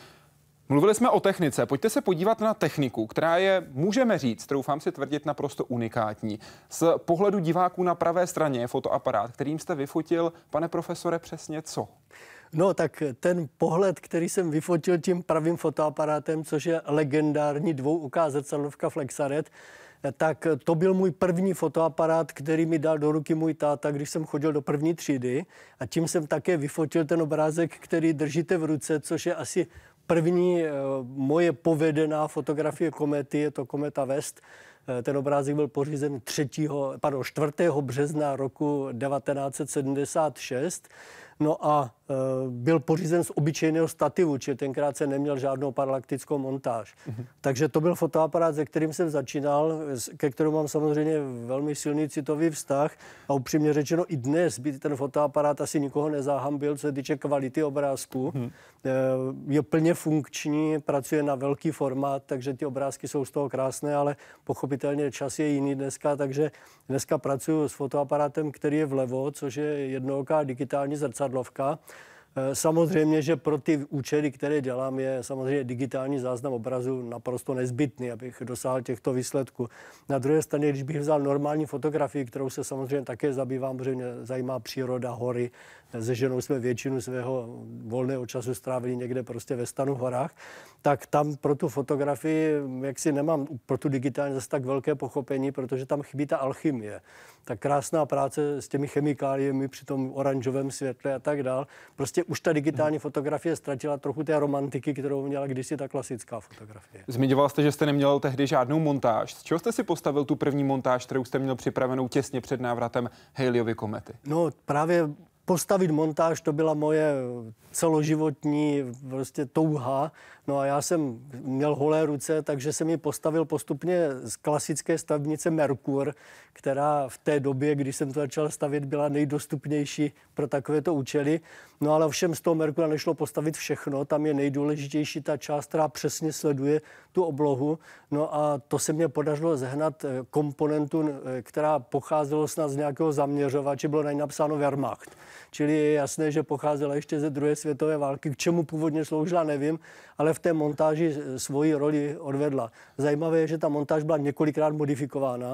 Mluvili jsme o technice. Pojďte se podívat na techniku, která je, můžeme říct, troufám si tvrdit, naprosto unikátní. Z pohledu diváků na pravé straně je fotoaparát, kterým jste vyfotil, pane profesore, přesně co? No tak ten pohled, který jsem vyfotil tím pravým fotoaparátem, což je legendární dvouoká zrcadlovka Flexaret, tak to byl můj první fotoaparát, který mi dal do ruky můj táta, když jsem chodil do první třídy a tím jsem také vyfotil ten obrázek, který držíte v ruce, což je asi první moje povedená fotografie komety, je to kometa West. Ten obrázek byl pořízen třetího, pardon, čtvrtého března roku devatenáct set sedmdesát šest. No a e, byl pořízen z obyčejného stativu, čili tenkrát se neměl žádnou paralaktickou montáž. Mm-hmm. Takže to byl fotoaparát, se kterým jsem začínal, ke kterému mám samozřejmě velmi silný citový vztah. A upřímně řečeno i dnes by ten fotoaparát asi nikoho nezahambil, co se týče kvality obrázku. Mm-hmm. E, je plně funkční, pracuje na velký formát, takže ty obrázky jsou z toho krásné, ale pochopitelně čas je jiný dneska, takže dneska pracuji s fotoaparátem, který je vlevo, což je jednooká digitální zrcadlovka. Samozřejmě, že pro ty účely, které dělám, je samozřejmě digitální záznam obrazu naprosto nezbytný, abych dosáhl těchto výsledků. Na druhé straně, když bych vzal normální fotografii, kterou se samozřejmě také zabývám, protože mě zajímá příroda, hory, se ženou jsme většinu svého volného času strávili někde prostě ve stanu v horách, tak tam pro tu fotografii, jak si nemám pro tu digitální zase tak velké pochopení, protože tam chybí ta alchymie. Ta krásná práce s těmi chemikáliemi při tom oranžovém světle a tak dál. Prostě už ta digitální fotografie ztratila trochu té romantiky, kterou měla kdysi ta klasická fotografie. Zmiňoval jste, že jste neměl tehdy žádnou montáž. Z čeho jste si postavil tu první montáž, kterou jste měl připravenou těsně před návratem Halleyovy komety? No právě postavit montáž, to byla moje celoživotní prostě touha. No a já jsem měl holé ruce, takže jsem ji postavil postupně z klasické stavebnice Merkur, která v té době, když jsem to začal stavět, byla nejdostupnější pro takovéto účely. No ale ovšem z toho Merkura nešlo postavit všechno, tam je nejdůležitější ta část, která přesně sleduje tu oblohu. No a to se mě podařilo zehnat komponentu, která pocházela snad z nějakého zaměřovače, bylo na ní napsáno Wehrmacht. Čili je jasné, že pocházela ještě ze druhé světové války, k čemu původně sloužila, nevím, ale v té montáži svoji roli odvedla. Zajímavé je, že ta montáž byla několikrát modifikována.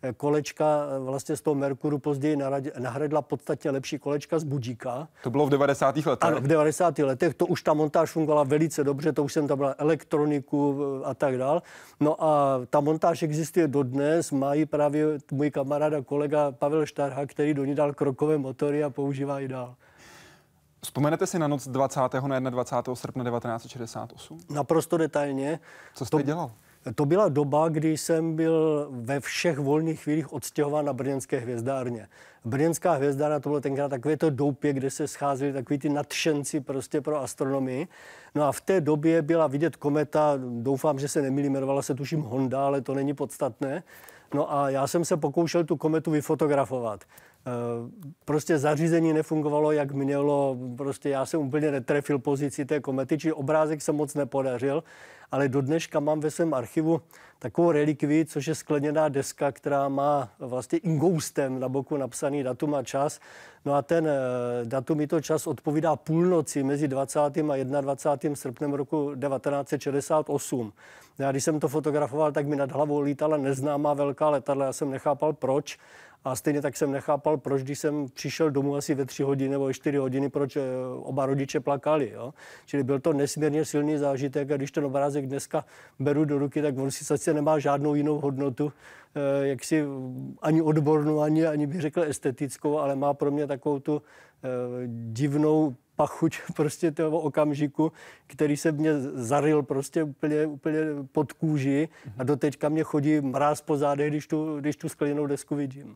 kolečka vlastně z toho Merkuru později nahradila podstatně lepší kolečka z budíka. To bylo v devadesátých letech? Ano, v devadesátých letech. To už ta montáž fungovala velice dobře, to už jsem tam byla elektroniku a tak dál. No a ta montáž existuje dodnes, mají právě můj kamarád a kolega Pavel Štarha, který do ní dal krokové motory a používá i dál. Vzpomenete si na noc dvacátého na dvacátého prvního srpna devatenáct set šedesát osm? Naprosto detailně. Co jste to, dělal? To byla doba, kdy jsem byl ve všech volných chvílích odstěhován na brněnské hvězdárně. Brněnská hvězdárna, to bylo tenkrát takové to doupě, kde se scházeli takový ty nadšenci prostě pro astronomii. No a v té době byla vidět kometa, doufám, že se nemýlím, jmenovala se tuším Honda, ale to není podstatné. No a já jsem se pokoušel tu kometu vyfotografovat. Prostě zařízení nefungovalo, jak mělo, prostě já jsem úplně netrefil pozici té komety, či obrázek se moc nepodařil, ale do dneška mám ve svém archivu takovou relikvii, což je skleněná deska, která má vlastně ingoustem na boku napsaný datum a čas. No a ten datum i to čas odpovídá půlnoci mezi dvacátým a dvacátým prvním srpnem roku devatenáct set šedesát osm. Já když jsem to fotografoval, tak mi nad hlavou lítala neznámá velká letadla, já jsem nechápal proč. A stejně tak jsem nechápal, proč, když jsem přišel domů asi ve tři hodiny nebo čtyři hodiny, proč oba rodiče plakali. Jo? Čili byl to nesmírně silný zážitek a když ten obrázek dneska beru do ruky, tak on si sice nemá žádnou jinou hodnotu, jak si ani odbornou, ani, ani bych řekl estetickou, ale má pro mě takovou tu eh, divnou pachuť prostě toho okamžiku, který se mě zaryl prostě úplně, úplně pod kůži a doteďka mě chodí mráz po zádech, když tu, když tu skleněnou desku vidím.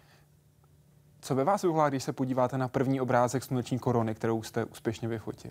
Co ve vás vyvolá, když se podíváte na první obrázek sluneční koruny, kterou jste úspěšně vyfotil?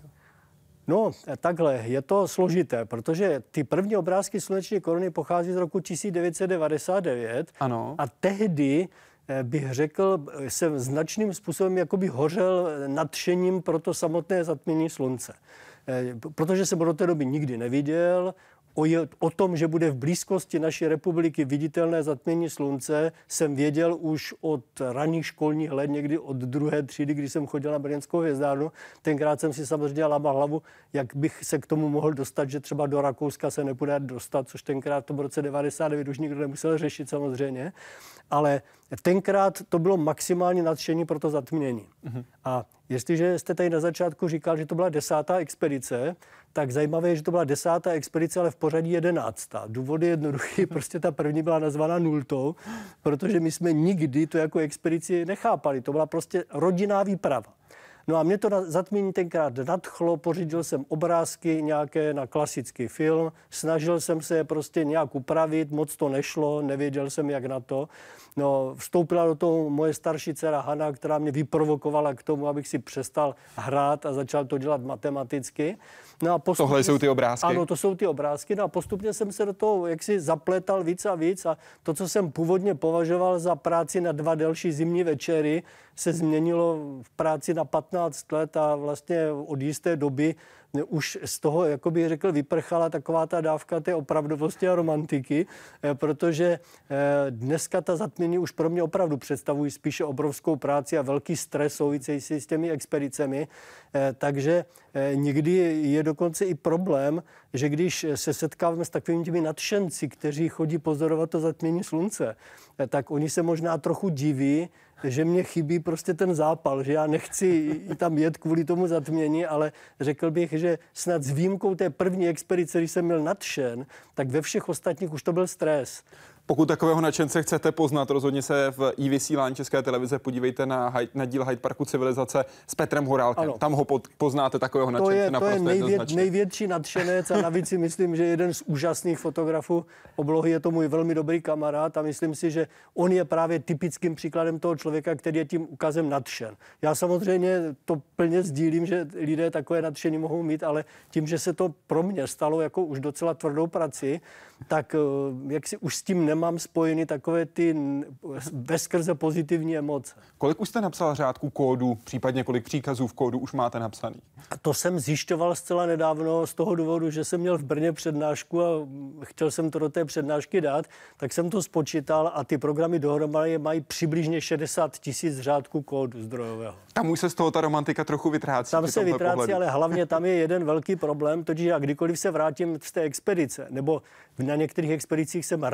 No, takhle, je to složité, protože ty první obrázky sluneční koruny pochází z roku tisíc devět set devadesát devět. Ano. A tehdy bych řekl, jsem značným způsobem jakoby hořel nadšením pro to samotné zatmění slunce. Protože jsem do té doby nikdy neviděl. O, je, o tom, že bude v blízkosti naší republiky viditelné zatmění slunce, jsem věděl už od raných školních let, někdy od druhé třídy, kdy jsem chodil na brněnskou hvězdárnu. Tenkrát jsem si samozřejmě lámal hlavu, jak bych se k tomu mohl dostat, že třeba do Rakouska se nepůjde dostat, což tenkrát to v roce devadesát devět už nikdo nemusel řešit samozřejmě. Ale tenkrát to bylo maximální nadšení pro to zatmění. Mm-hmm. A jestliže jste tady na začátku říkal, že to byla desátá expedice, tak zajímavé je, že to byla desátá expedice, ale v pořadí jedenáctá. Důvod je jednoduchý, prostě ta první byla nazvána nultou, protože my jsme nikdy to jako expedici nechápali. To byla prostě rodinná výprava. No a mě to zatmění tenkrát nadchlo, pořídil jsem obrázky nějaké na klasický film, snažil jsem se je prostě nějak upravit, moc to nešlo, nevěděl jsem jak na to. No, vstoupila do toho moje starší dcera Hana, která mě vyprovokovala k tomu, abych si přestal hrát a začal to dělat matematicky. No a postupně, tohle jsou ty obrázky? Ano, to jsou ty obrázky. No a postupně jsem se do toho jaksi zapletal víc a víc a to, co jsem původně považoval za práci na dva delší zimní večery, se změnilo v práci na patnáct let a vlastně od jisté doby už z toho, jako bych řekl, vyprchala taková ta dávka té opravdovosti a romantiky, protože dneska ta zatmění už pro mě opravdu představují spíše obrovskou práci a velký stres související s těmi expedicemi. Takže někdy je dokonce i problém, že když se setkáváme s takovými těmi nadšenci, kteří chodí pozorovat to zatmění slunce, tak oni se možná trochu diví, že mě chybí prostě ten zápal, že já nechci tam jet kvůli tomu zatmění, ale řekl bych, že snad s výjimkou té první expedice, když jsem měl nadšen, tak ve všech ostatních už to byl stres. Pokud takového nadšence chcete poznat, rozhodně se v i vysílání České televize podívejte na, na díl Hyde Parku civilizace s Petrem Horálkem. Ano. Tam ho pod, poznáte takového nadšence. To je, to je největ, největší nadšenec a navíc si myslím, že jeden z úžasných fotografů oblohy je to můj velmi dobrý kamarád a myslím si, že on je právě typickým příkladem toho člověka, který je tím ukazem nadšen. Já samozřejmě to plně sdílím, že lidé takové nadšení mohou mít, ale tím, že se to pro mě stalo jako už docela tvrdou prací, tak jak si už s tím nemám spojeny takové ty bezskrze pozitivní emoce. Kolik už jste napsal řádků kódu, případně kolik příkazů v kódu už máte napsaný? A to jsem zjišťoval zcela nedávno z toho důvodu, že jsem měl v Brně přednášku a chtěl jsem to do té přednášky dát, tak jsem to spočítal a ty programy dohromady mají přibližně šedesát tisíc řádků kódu zdrojového. Tam už se z toho ta romantika trochu vytrácí. Tam se vytrácí, pohledu. Ale hlavně tam je jeden velký problém, totiž já kdykoliv se vrátím z té expedice, nebo na některých expedicích jsem rád nebyl,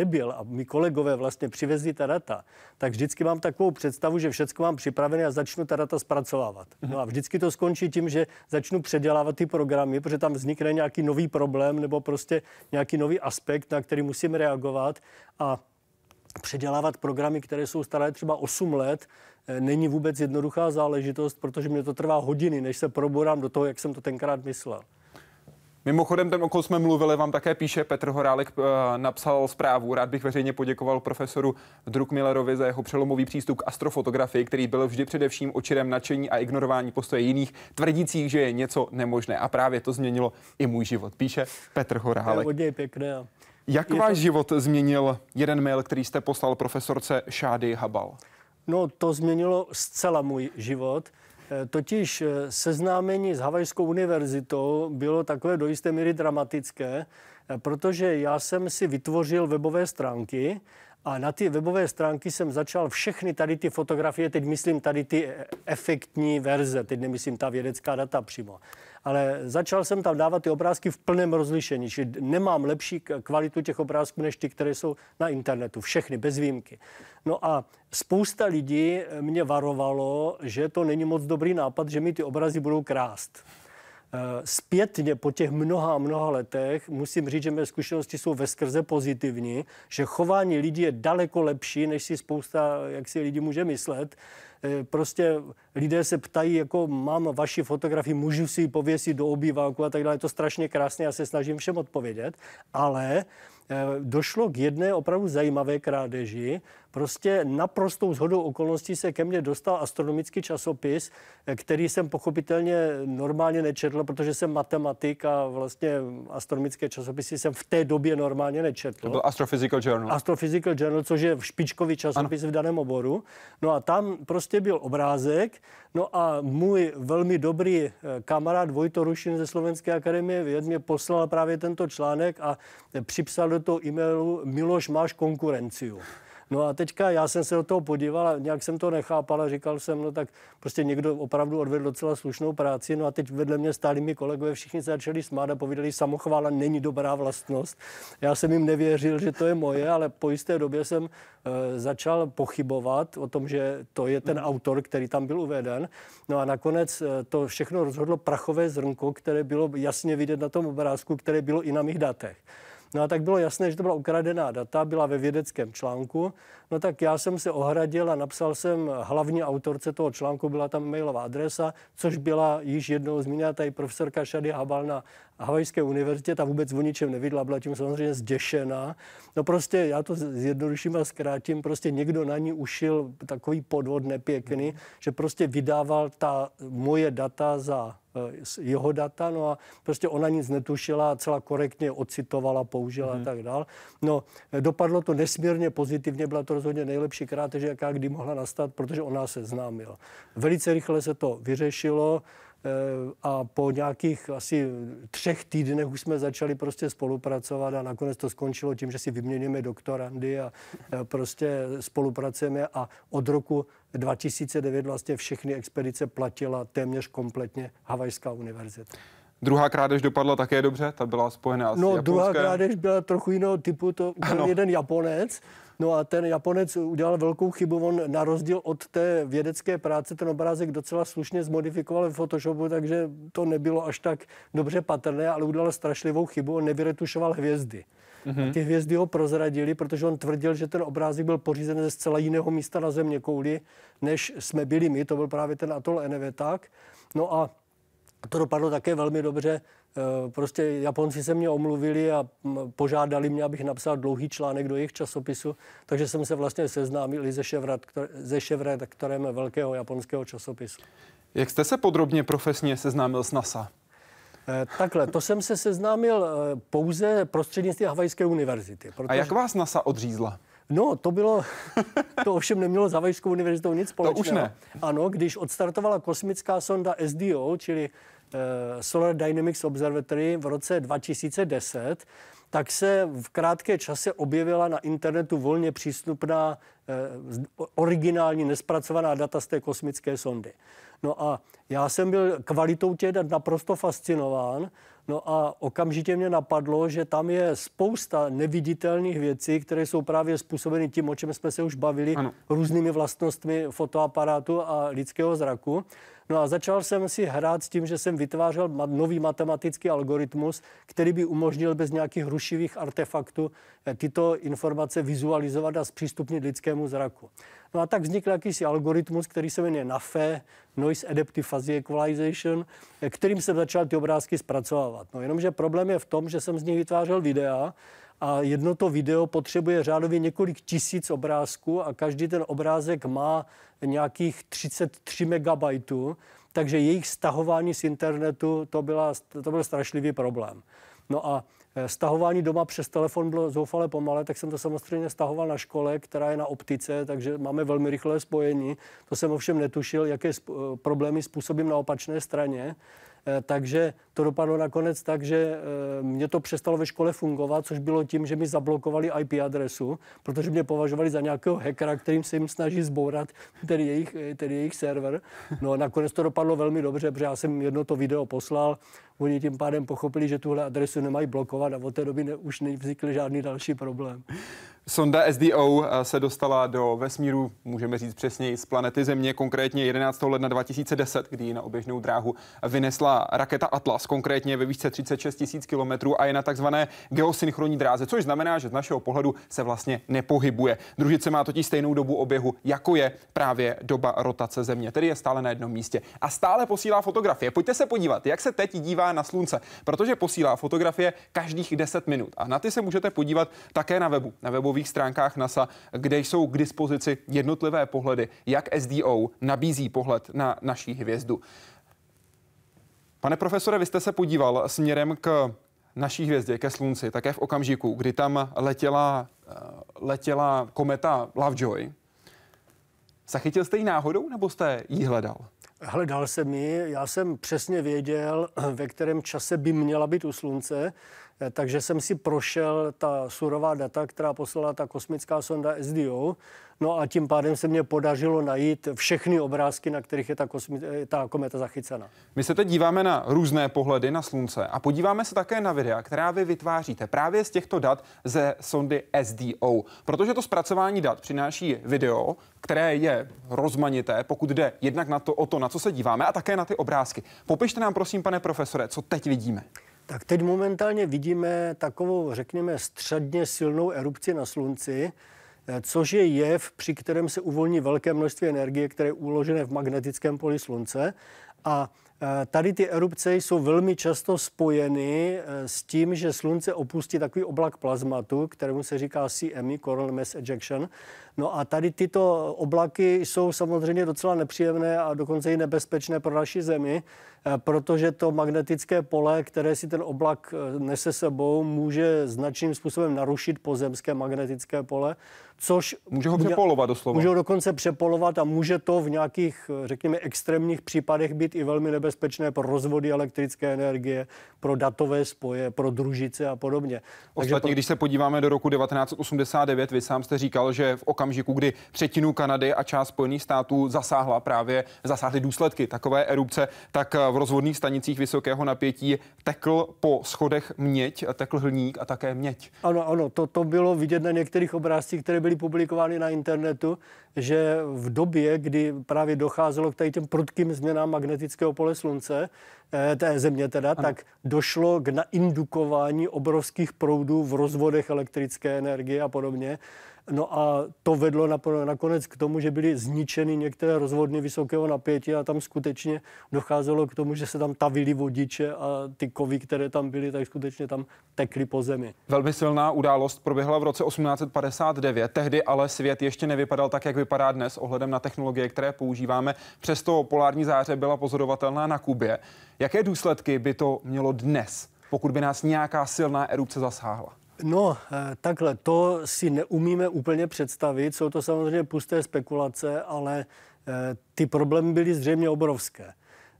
nebyl a my kolegové vlastně přivezli ta data, tak vždycky mám takovou představu, že všecko mám připravené a začnu ta data zpracovávat. No a vždycky to skončí tím, že začnu předělávat ty programy, protože tam vznikne nějaký nový problém nebo prostě nějaký nový aspekt, na který musím reagovat, a předělávat programy, které jsou staré třeba osm let, není vůbec jednoduchá záležitost, protože mě to trvá hodiny, než se proborám do toho, jak jsem to tenkrát myslel. Mimochodem, ten, o kom jsme mluvili, vám také píše Petr Horálek, napsal zprávu. Rád bych veřejně poděkoval profesoru Druckmillerovi za jeho přelomový přístup k astrofotografii, který byl vždy především očirem nadšení a ignorování postoje jiných, tvrdících, že je něco nemožné. A právě to změnilo i můj život, píše Petr Horálek. To je hodně pěkné. Jak je váš to... život změnil jeden mail, který jste poslal profesorce Shádii Habal? No, to změnilo zcela můj život. Totiž seznámení s Havajskou univerzitou bylo takové do jisté míry dramatické, protože já jsem si vytvořil webové stránky a na ty webové stránky jsem začal všechny tady ty fotografie, teď myslím tady ty efektní verze, teď nemyslím ta vědecká data přímo, ale začal jsem tam dávat ty obrázky v plném rozlišení, čili nemám lepší kvalitu těch obrázků než ty, které jsou na internetu, všechny, bez výjimky. No a spousta lidí mě varovalo, že to není moc dobrý nápad, že mi ty obrazy budou krást. Zpětně po těch mnoha mnoha letech musím říct, že mé zkušenosti jsou veskrze pozitivní, že chování lidí je daleko lepší, než si spousta, jak si lidi může myslet. Prostě lidé se ptají, jako mám vaši fotografii, můžu si ji pověsit do obýváku a tak dále. Je to strašně krásné, já se snažím všem odpovědět, ale došlo k jedné opravdu zajímavé krádeži. Prostě naprostou shodou okolností se ke mně dostal astronomický časopis, který jsem pochopitelně normálně nečetl, protože jsem matematik a vlastně astronomické časopisy jsem v té době normálně nečetl. To byl Astrophysical Journal. Astrophysical Journal, což je špičkový časopis ano. v daném oboru. No a tam prostě byl obrázek, no a můj velmi dobrý kamarád Vojto Rušin ze Slovenské akademie věd mě poslal právě tento článek a připsal do toho e-mailu: Miloš, máš konkurenciu. No a teďka já jsem se do toho podíval a nějak jsem to nechápal a říkal jsem, no tak prostě někdo opravdu odvedl docela slušnou práci. No a teď vedle mě stáli mi kolegové, všichni se začali smát a povídali, samochvála není dobrá vlastnost. Já jsem jim nevěřil, že to je moje, ale po jisté době jsem uh, začal pochybovat o tom, že to je ten autor, který tam byl uveden. No a nakonec uh, to všechno rozhodlo prachové zrnko, které bylo jasně vidět na tom obrázku, které bylo i na mých datech. No a tak bylo jasné, že to byla ukradená data, byla ve vědeckém článku. No tak já jsem se ohradil a napsal jsem hlavní autorce toho článku, byla tam mailová adresa, což byla již jednou zmíněna tady profesorka Shádii Habal na Havajské univerzitě, ta vůbec o ničem nevěděla, byla tím samozřejmě zděšená. No prostě, já to zjednoduším a zkrátím, prostě někdo na ní ušil takový podvod nepěkný, že prostě vydával ta moje data za jeho data, no a prostě ona nic netušila, celá korektně ocitovala, použila mm. a tak dál. No, dopadlo to nesmírně pozitivně, byla to rozhodně nejlepší krádež, jaká kdy mohla nastat, protože ona se známila. Velice rychle se to vyřešilo a po nějakých asi třech týdnech už jsme začali prostě spolupracovat a nakonec to skončilo tím, že si vyměníme doktorandy a prostě spolupracujeme a od roku dva tisíce devět vlastně všechny expedice platila téměř kompletně Havajská univerzita. Druhá krádež dopadla také dobře, ta byla spojená s No, japonské. Druhá krádež byla trochu jiného typu, to byl jeden Japonec. No a ten Japonec udělal velkou chybu, on na rozdíl od té vědecké práce ten obrázek docela slušně zmodifikoval v Photoshopu, takže to nebylo až tak dobře patrné, ale udělal strašlivou chybu, on nevyretušoval hvězdy. Mm-hmm. A ty hvězdy ho prozradili, protože on tvrdil, že ten obrázek byl pořízen ze zcela jiného místa na zeměkouli, než jsme byli my, to byl právě ten atol Enewetak. No a to dopadlo také velmi dobře. Prostě Japonci se mě omluvili a požádali mě, abych napsal dlouhý článek do jejich časopisu, takže jsem se vlastně seznámil se šéfredaktorem velkého japonského časopisu. Jak jste se podrobně profesně seznámil s NASA? Takhle, to jsem se seznámil pouze prostřednictvím Havajské univerzity. Protože... A jak vás NASA odřízla? No, to bylo, to ovšem nemělo s Havajskou univerzitou nic společného. To už ne. Ano, když odstartovala kosmická sonda S D O, čili uh, Solar Dynamics Observatory v roce dva tisíce deset, tak se v krátké čase objevila na internetu volně přístupná originální nespracovaná data z té kosmické sondy. No a já jsem byl kvalitou těch dat naprosto fascinován. No a okamžitě mě napadlo, že tam je spousta neviditelných věcí, které jsou právě způsobeny tím, o čem jsme se už bavili, ano. různými vlastnostmi fotoaparátu a lidského zraku. No a začal jsem si hrát s tím, že jsem vytvářel nový matematický algoritmus, který by umožnil bez nějakých rušivých artefaktů tyto informace vizualizovat a zpřístupnit lidskému zraku. No a tak vznikl jakýsi algoritmus, který se jmenuje N A F E, Noise Adaptive Fuzzy Equalization, kterým jsem začal ty obrázky zpracovávat. No jenomže problém je v tom, že jsem z nich vytvářel videa a jedno to video potřebuje řádově několik tisíc obrázků a každý ten obrázek má nějakých třicet tři megabajtů, takže jejich stahování z internetu to, byla, to byl strašlivý problém. No a stahování doma přes telefon bylo zoufale pomalé, tak jsem to samozřejmě stahoval na škole, která je na optice, takže máme velmi rychlé spojení. To jsem ovšem netušil, jaké problémy způsobím na opačné straně. Takže to dopadlo nakonec tak, že mě to přestalo ve škole fungovat, což bylo tím, že mi zablokovali í pé adresu, protože mě považovali za nějakého hackera, kterým se jim snaží zbourat tedy jejich, tedy jejich server. No a nakonec to dopadlo velmi dobře, protože já jsem jedno to video poslal, oni tím pádem pochopili, že tuhle adresu nemají blokovat a od té doby ne, už nevznikl žádný další problém. Sonda S D O se dostala do vesmíru, můžeme říct přesněji, z planety Země, konkrétně jedenáctého ledna dva tisíce deset, kdy ji na oběžnou dráhu vynesla raketa Atlas, konkrétně ve výšce třicet šest tisíc kilometrů a je na takzvané geosynchronní dráze, což znamená, že z našeho pohledu se vlastně nepohybuje. Družice má totiž stejnou dobu oběhu, jako je právě doba rotace Země, tedy je stále na jednom místě a stále posílá fotografie. Pojďte se podívat, jak se teď dívá na Slunce, protože posílá fotografie každých deset minut a na ty se můžete podívat také na webu, na webu stránkách NASA, kde jsou k dispozici jednotlivé pohledy, jak S D O nabízí pohled na naší hvězdu. Pane profesore, vy jste se podíval směrem k naší hvězdě, ke Slunci, také v okamžiku, kdy tam letěla, letěla kometa Lovejoy. Zachytil jste ji náhodou, nebo jste ji hledal? Hledal jsem ji, já jsem přesně věděl, ve kterém čase by měla být u Slunce, takže jsem si prošel ta surová data, která poslala ta kosmická sonda S D O, no a tím pádem se mě podařilo najít všechny obrázky, na kterých je ta, kosmi- ta kometa zachycena. My se teď díváme na různé pohledy na Slunce a podíváme se také na videa, která vy vytváříte právě z těchto dat ze sondy S D O, protože to zpracování dat přináší video, které je rozmanité, pokud jde jednak na to, o to, na co se díváme, a také na ty obrázky. Popište nám, prosím, pane profesore, co teď vidíme. Tak teď momentálně vidíme takovou, řekněme, středně silnou erupci na Slunci, což je jev, při kterém se uvolní velké množství energie, které je uložené v magnetickém poli Slunce. A tady ty erupce jsou velmi často spojeny s tím, že Slunce opustí takový oblak plazmatu, kterému se říká C M E, Coronal Mass Ejection. No a tady tyto oblaky jsou samozřejmě docela nepříjemné a dokonce i nebezpečné pro naši Zemi, protože to magnetické pole, které si ten oblak nese sebou, může značným způsobem narušit pozemské magnetické pole, což může ho přepolovat doslova. Může ho dokonce přepolovat a může to v nějakých, řekněme, extrémních případech být i velmi nebezpečné pro rozvody elektrické energie, pro datové spoje, pro družice a podobně. Ostatně, pro... když se podíváme do roku devatenáct set osmdesát devět, vy sám jste říkal, že v okamžiku, kdy třetinu Kanady a část Spojených států zasáhla právě, zasáhly důsledky takové erupce, tak v rozvodných stanicích vysokého napětí tekl po schodech měď, tekl hliník a také měď. Ano, ano, to, to bylo vidět na některých obrázcích, které byly publikovány na internetu, že v době, kdy právě docházelo k tady těm prudkým změnám magnetického pole Slunce, té Země teda, ano. tak došlo k naindukování obrovských proudů v rozvodech elektrické energie a podobně. No a to vedlo nakonec k tomu, že byly zničeny některé rozvodny vysokého napětí a tam skutečně docházelo k tomu, že se tam tavily vodiče a ty kovy, které tam byly, tak skutečně tam tekly po zemi. Velmi silná událost proběhla v roce osmnáct set padesát devět, tehdy ale svět ještě nevypadal tak, jak vypadá dnes ohledem na technologie, které používáme. Přesto polární záře byla pozorovatelná na Kubě. Jaké důsledky by to mělo dnes, pokud by nás nějaká silná erupce zasáhla? No, takhle, to si neumíme úplně představit, jsou to samozřejmě pusté spekulace, ale ty problémy byly zřejmě obrovské.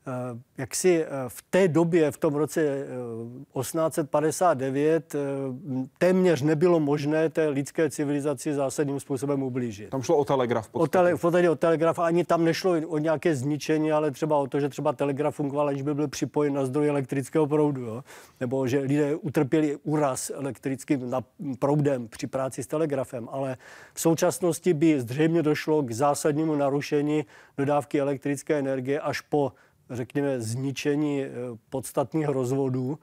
jak si v té době, v tom roce osmnáct padesát devět, téměř nebylo možné té lidské civilizaci zásadním způsobem ublížit. Tam šlo o telegraf. O, tele, o telegraf, ani tam nešlo o nějaké zničení, ale třeba o to, že třeba telegraf fungoval, aniž by byl připojen na zdroj elektrického proudu. Jo? Nebo že lidé utrpěli úraz elektrickým proudem při práci s telegrafem. Ale v současnosti by zřejmě došlo k zásadnímu narušení dodávky elektrické energie až po, řekněme, zničení podstatných rozvodů.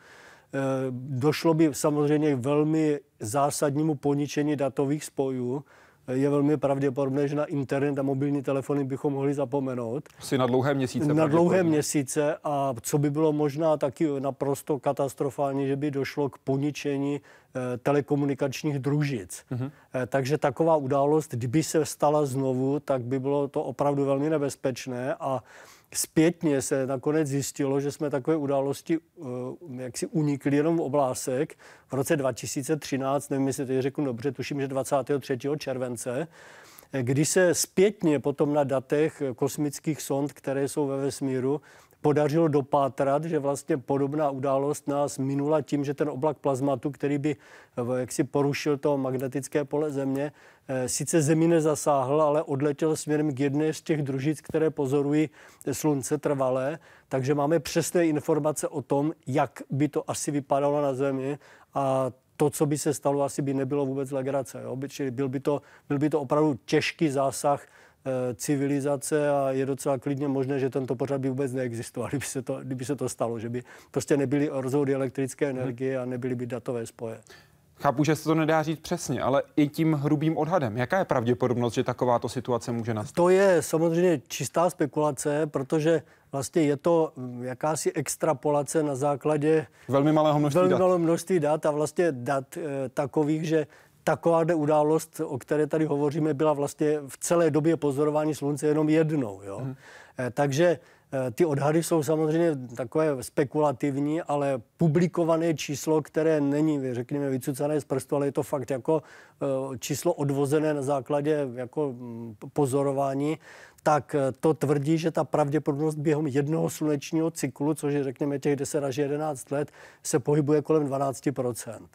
Došlo by samozřejmě k velmi zásadnímu poničení datových spojů. Je velmi pravděpodobné, že na internet a mobilní telefony bychom mohli zapomenout. Asi na dlouhé měsíce. Na dlouhé měsíce a co by bylo možná taky naprosto katastrofální, že by došlo k poničení eh, telekomunikačních družic. Mm-hmm. Eh, takže taková událost, kdyby se stala znovu, tak by bylo to opravdu velmi nebezpečné a zpětně se nakonec zjistilo, že jsme takové události uh, jaksi unikli jenom v oblásek. V roce dva tisíce třináct, nevím, jestli to řeknu dobře, tuším, že dvacátého třetího července, kdy se zpětně potom na datech kosmických sond, které jsou ve vesmíru, podařilo dopátrat, že vlastně podobná událost nás minula tím, že ten oblak plazmatu, který by jaksi porušil to magnetické pole Země, sice Zemi nezasáhl, ale odletěl směrem k jedné z těch družic, které pozorují Slunce trvalé. Takže máme přesné informace o tom, jak by to asi vypadalo na Zemi a to, co by se stalo, asi by nebylo vůbec legrace. Jo? Čili byl by to, byl by to opravdu těžký zásah civilizace a je docela klidně možné, že tento pořad by vůbec neexistoval, kdyby se to, kdyby se to stalo, že by prostě nebyly rozvody elektrické energie a nebyly by datové spoje. Chápu, že se to nedá říct přesně, ale i tím hrubým odhadem. Jaká je pravděpodobnost, že takováto situace může nastat? To je samozřejmě čistá spekulace, protože vlastně je to jakási extrapolace na základě velmi malého množství velmi dat. malého množství dat a vlastně dat e, takových, že taková událost, o které tady hovoříme, byla vlastně v celé době pozorování Slunce jenom jednou. Jo? Hmm. E, takže e, ty odhady jsou samozřejmě takové spekulativní, ale publikované číslo, které není, řekněme, vycucané z prstu, ale je to fakt jako e, číslo odvozené na základě jako pozorování, tak to tvrdí, že ta pravděpodobnost během jednoho slunečního cyklu, což je, řekněme, těch deset až jedenáct let, se pohybuje kolem dvanáct procent.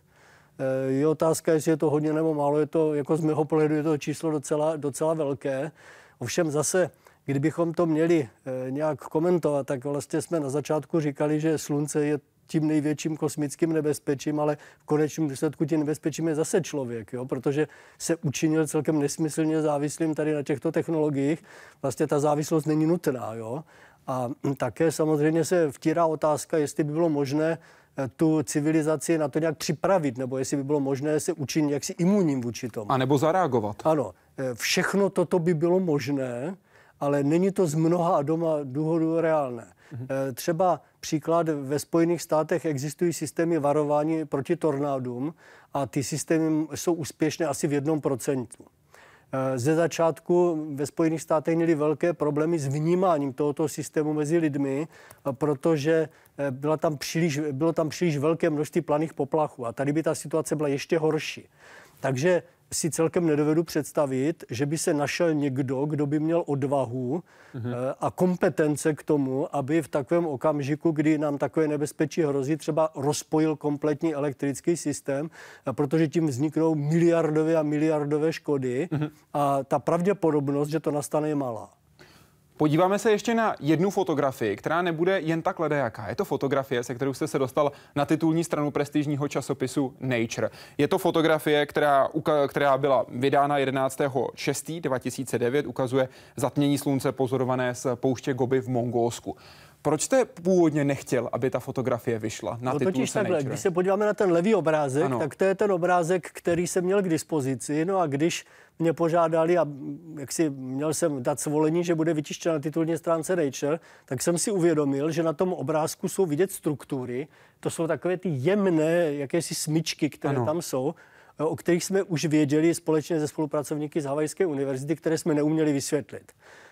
Je otázka, jestli je to hodně nebo málo, je to, jako z mého pohledu je to číslo docela, docela velké. Ovšem zase, kdybychom to měli e, nějak komentovat, tak vlastně jsme na začátku říkali, že Slunce je tím největším kosmickým nebezpečím, ale v konečném důsledku tím nebezpečím je zase člověk, jo? Protože se učinil celkem nesmyslně závislým tady na těchto technologiích. Vlastně ta závislost není nutná. Jo? A také samozřejmě se vtírá otázka, jestli by bylo možné tu civilizaci na to nějak připravit, nebo jestli by bylo možné se učinit jaksi imunním vůči tomu. A nebo zareagovat. Ano, všechno toto by bylo možné, ale není to z mnoha a doma důvodů reálné. Mhm. Třeba příklad, ve Spojených státech existují systémy varování proti tornádům a ty systémy jsou úspěšné asi v jednom procentu. Ze začátku ve Spojených státech měli velké problémy s vnímáním tohoto systému mezi lidmi, protože byla tam příliš, bylo tam příliš velké množství planých poplachů a tady by ta situace byla ještě horší. Takže si celkem nedovedu představit, že by se našel někdo, kdo by měl odvahu mhm. a kompetence k tomu, aby v takovém okamžiku, kdy nám takové nebezpečí hrozí, třeba rozpojil kompletní elektrický systém, protože tím vzniknou miliardové a miliardové škody mhm. a ta pravděpodobnost, že to nastane, je malá. Podíváme se ještě na jednu fotografii, která nebude jen tak ledajaká. Je to fotografie, se kterou jste se dostal na titulní stranu prestižního časopisu Nature. Je to fotografie, která, která byla vydána jedenáctého šestého dva tisíce devět, ukazuje zatmění Slunce pozorované z pouště Gobi v Mongolsku. Proč jste původně nechtěl, aby ta fotografie vyšla na no, titulce Nature? Když se podíváme na ten levý obrázek, ano. tak to je ten obrázek, který jsem měl k dispozici. No a když mě požádali a jak si měl jsem dát svolení, že bude vytištěn na titulní stránce Nature, tak jsem si uvědomil, že na tom obrázku jsou vidět struktury. To jsou takové ty jemné jakési smyčky, které ano. tam jsou, o kterých jsme už věděli společně se spolupracovníky z Havajské univerzity, které jsme neuměli vysvětlit.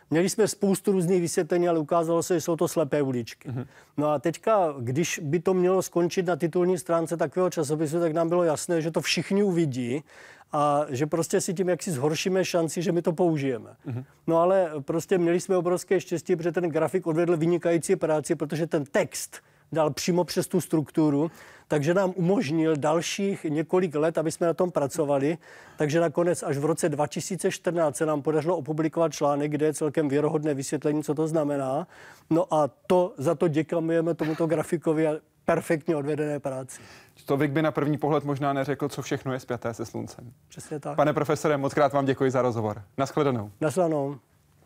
Měli jsme spoustu různých vysvětlení, ale ukázalo se, že jsou to slepé uličky. Mm-hmm. No a teďka, když by to mělo skončit na titulní stránce takového časopisu, tak nám bylo jasné, že to všichni uvidí a že prostě si tím, jak si zhoršíme šanci, že my to použijeme. Mm-hmm. No ale prostě měli jsme obrovské štěstí, protože ten grafik odvedl vynikající práci, protože ten text dal přímo přes tu strukturu, takže nám umožnil dalších několik let, aby jsme na tom pracovali. Takže nakonec až v roce dva tisíce čtrnáct se nám podařilo opublikovat článek, kde je celkem věrohodné vysvětlení, co to znamená. No a to za to děkujeme tomuto grafikovi a perfektně odvedené práci. Člověk by na první pohled možná neřekl, co všechno je spjaté se sluncem. Přesně tak. Pane profesore, moc krát vám děkuji za rozhovor. Naschledanou. Naschledanou.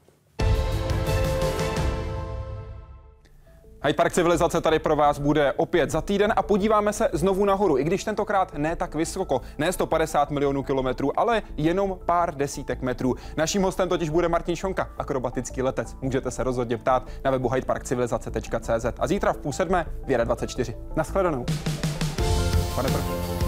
Hyde Park civilizace tady pro vás bude opět za týden a podíváme se znovu nahoru, i když tentokrát ne tak vysoko, ne sto padesát milionů kilometrů, ale jenom pár desítek metrů. Naším hostem totiž bude Martin Šonka, akrobatický letec. Můžete se rozhodně ptát na webu hyde park civilizace tečka cé zet. A zítra v půl sedmé Věda dvacet čtyři. Naschledanou. Pane profesore.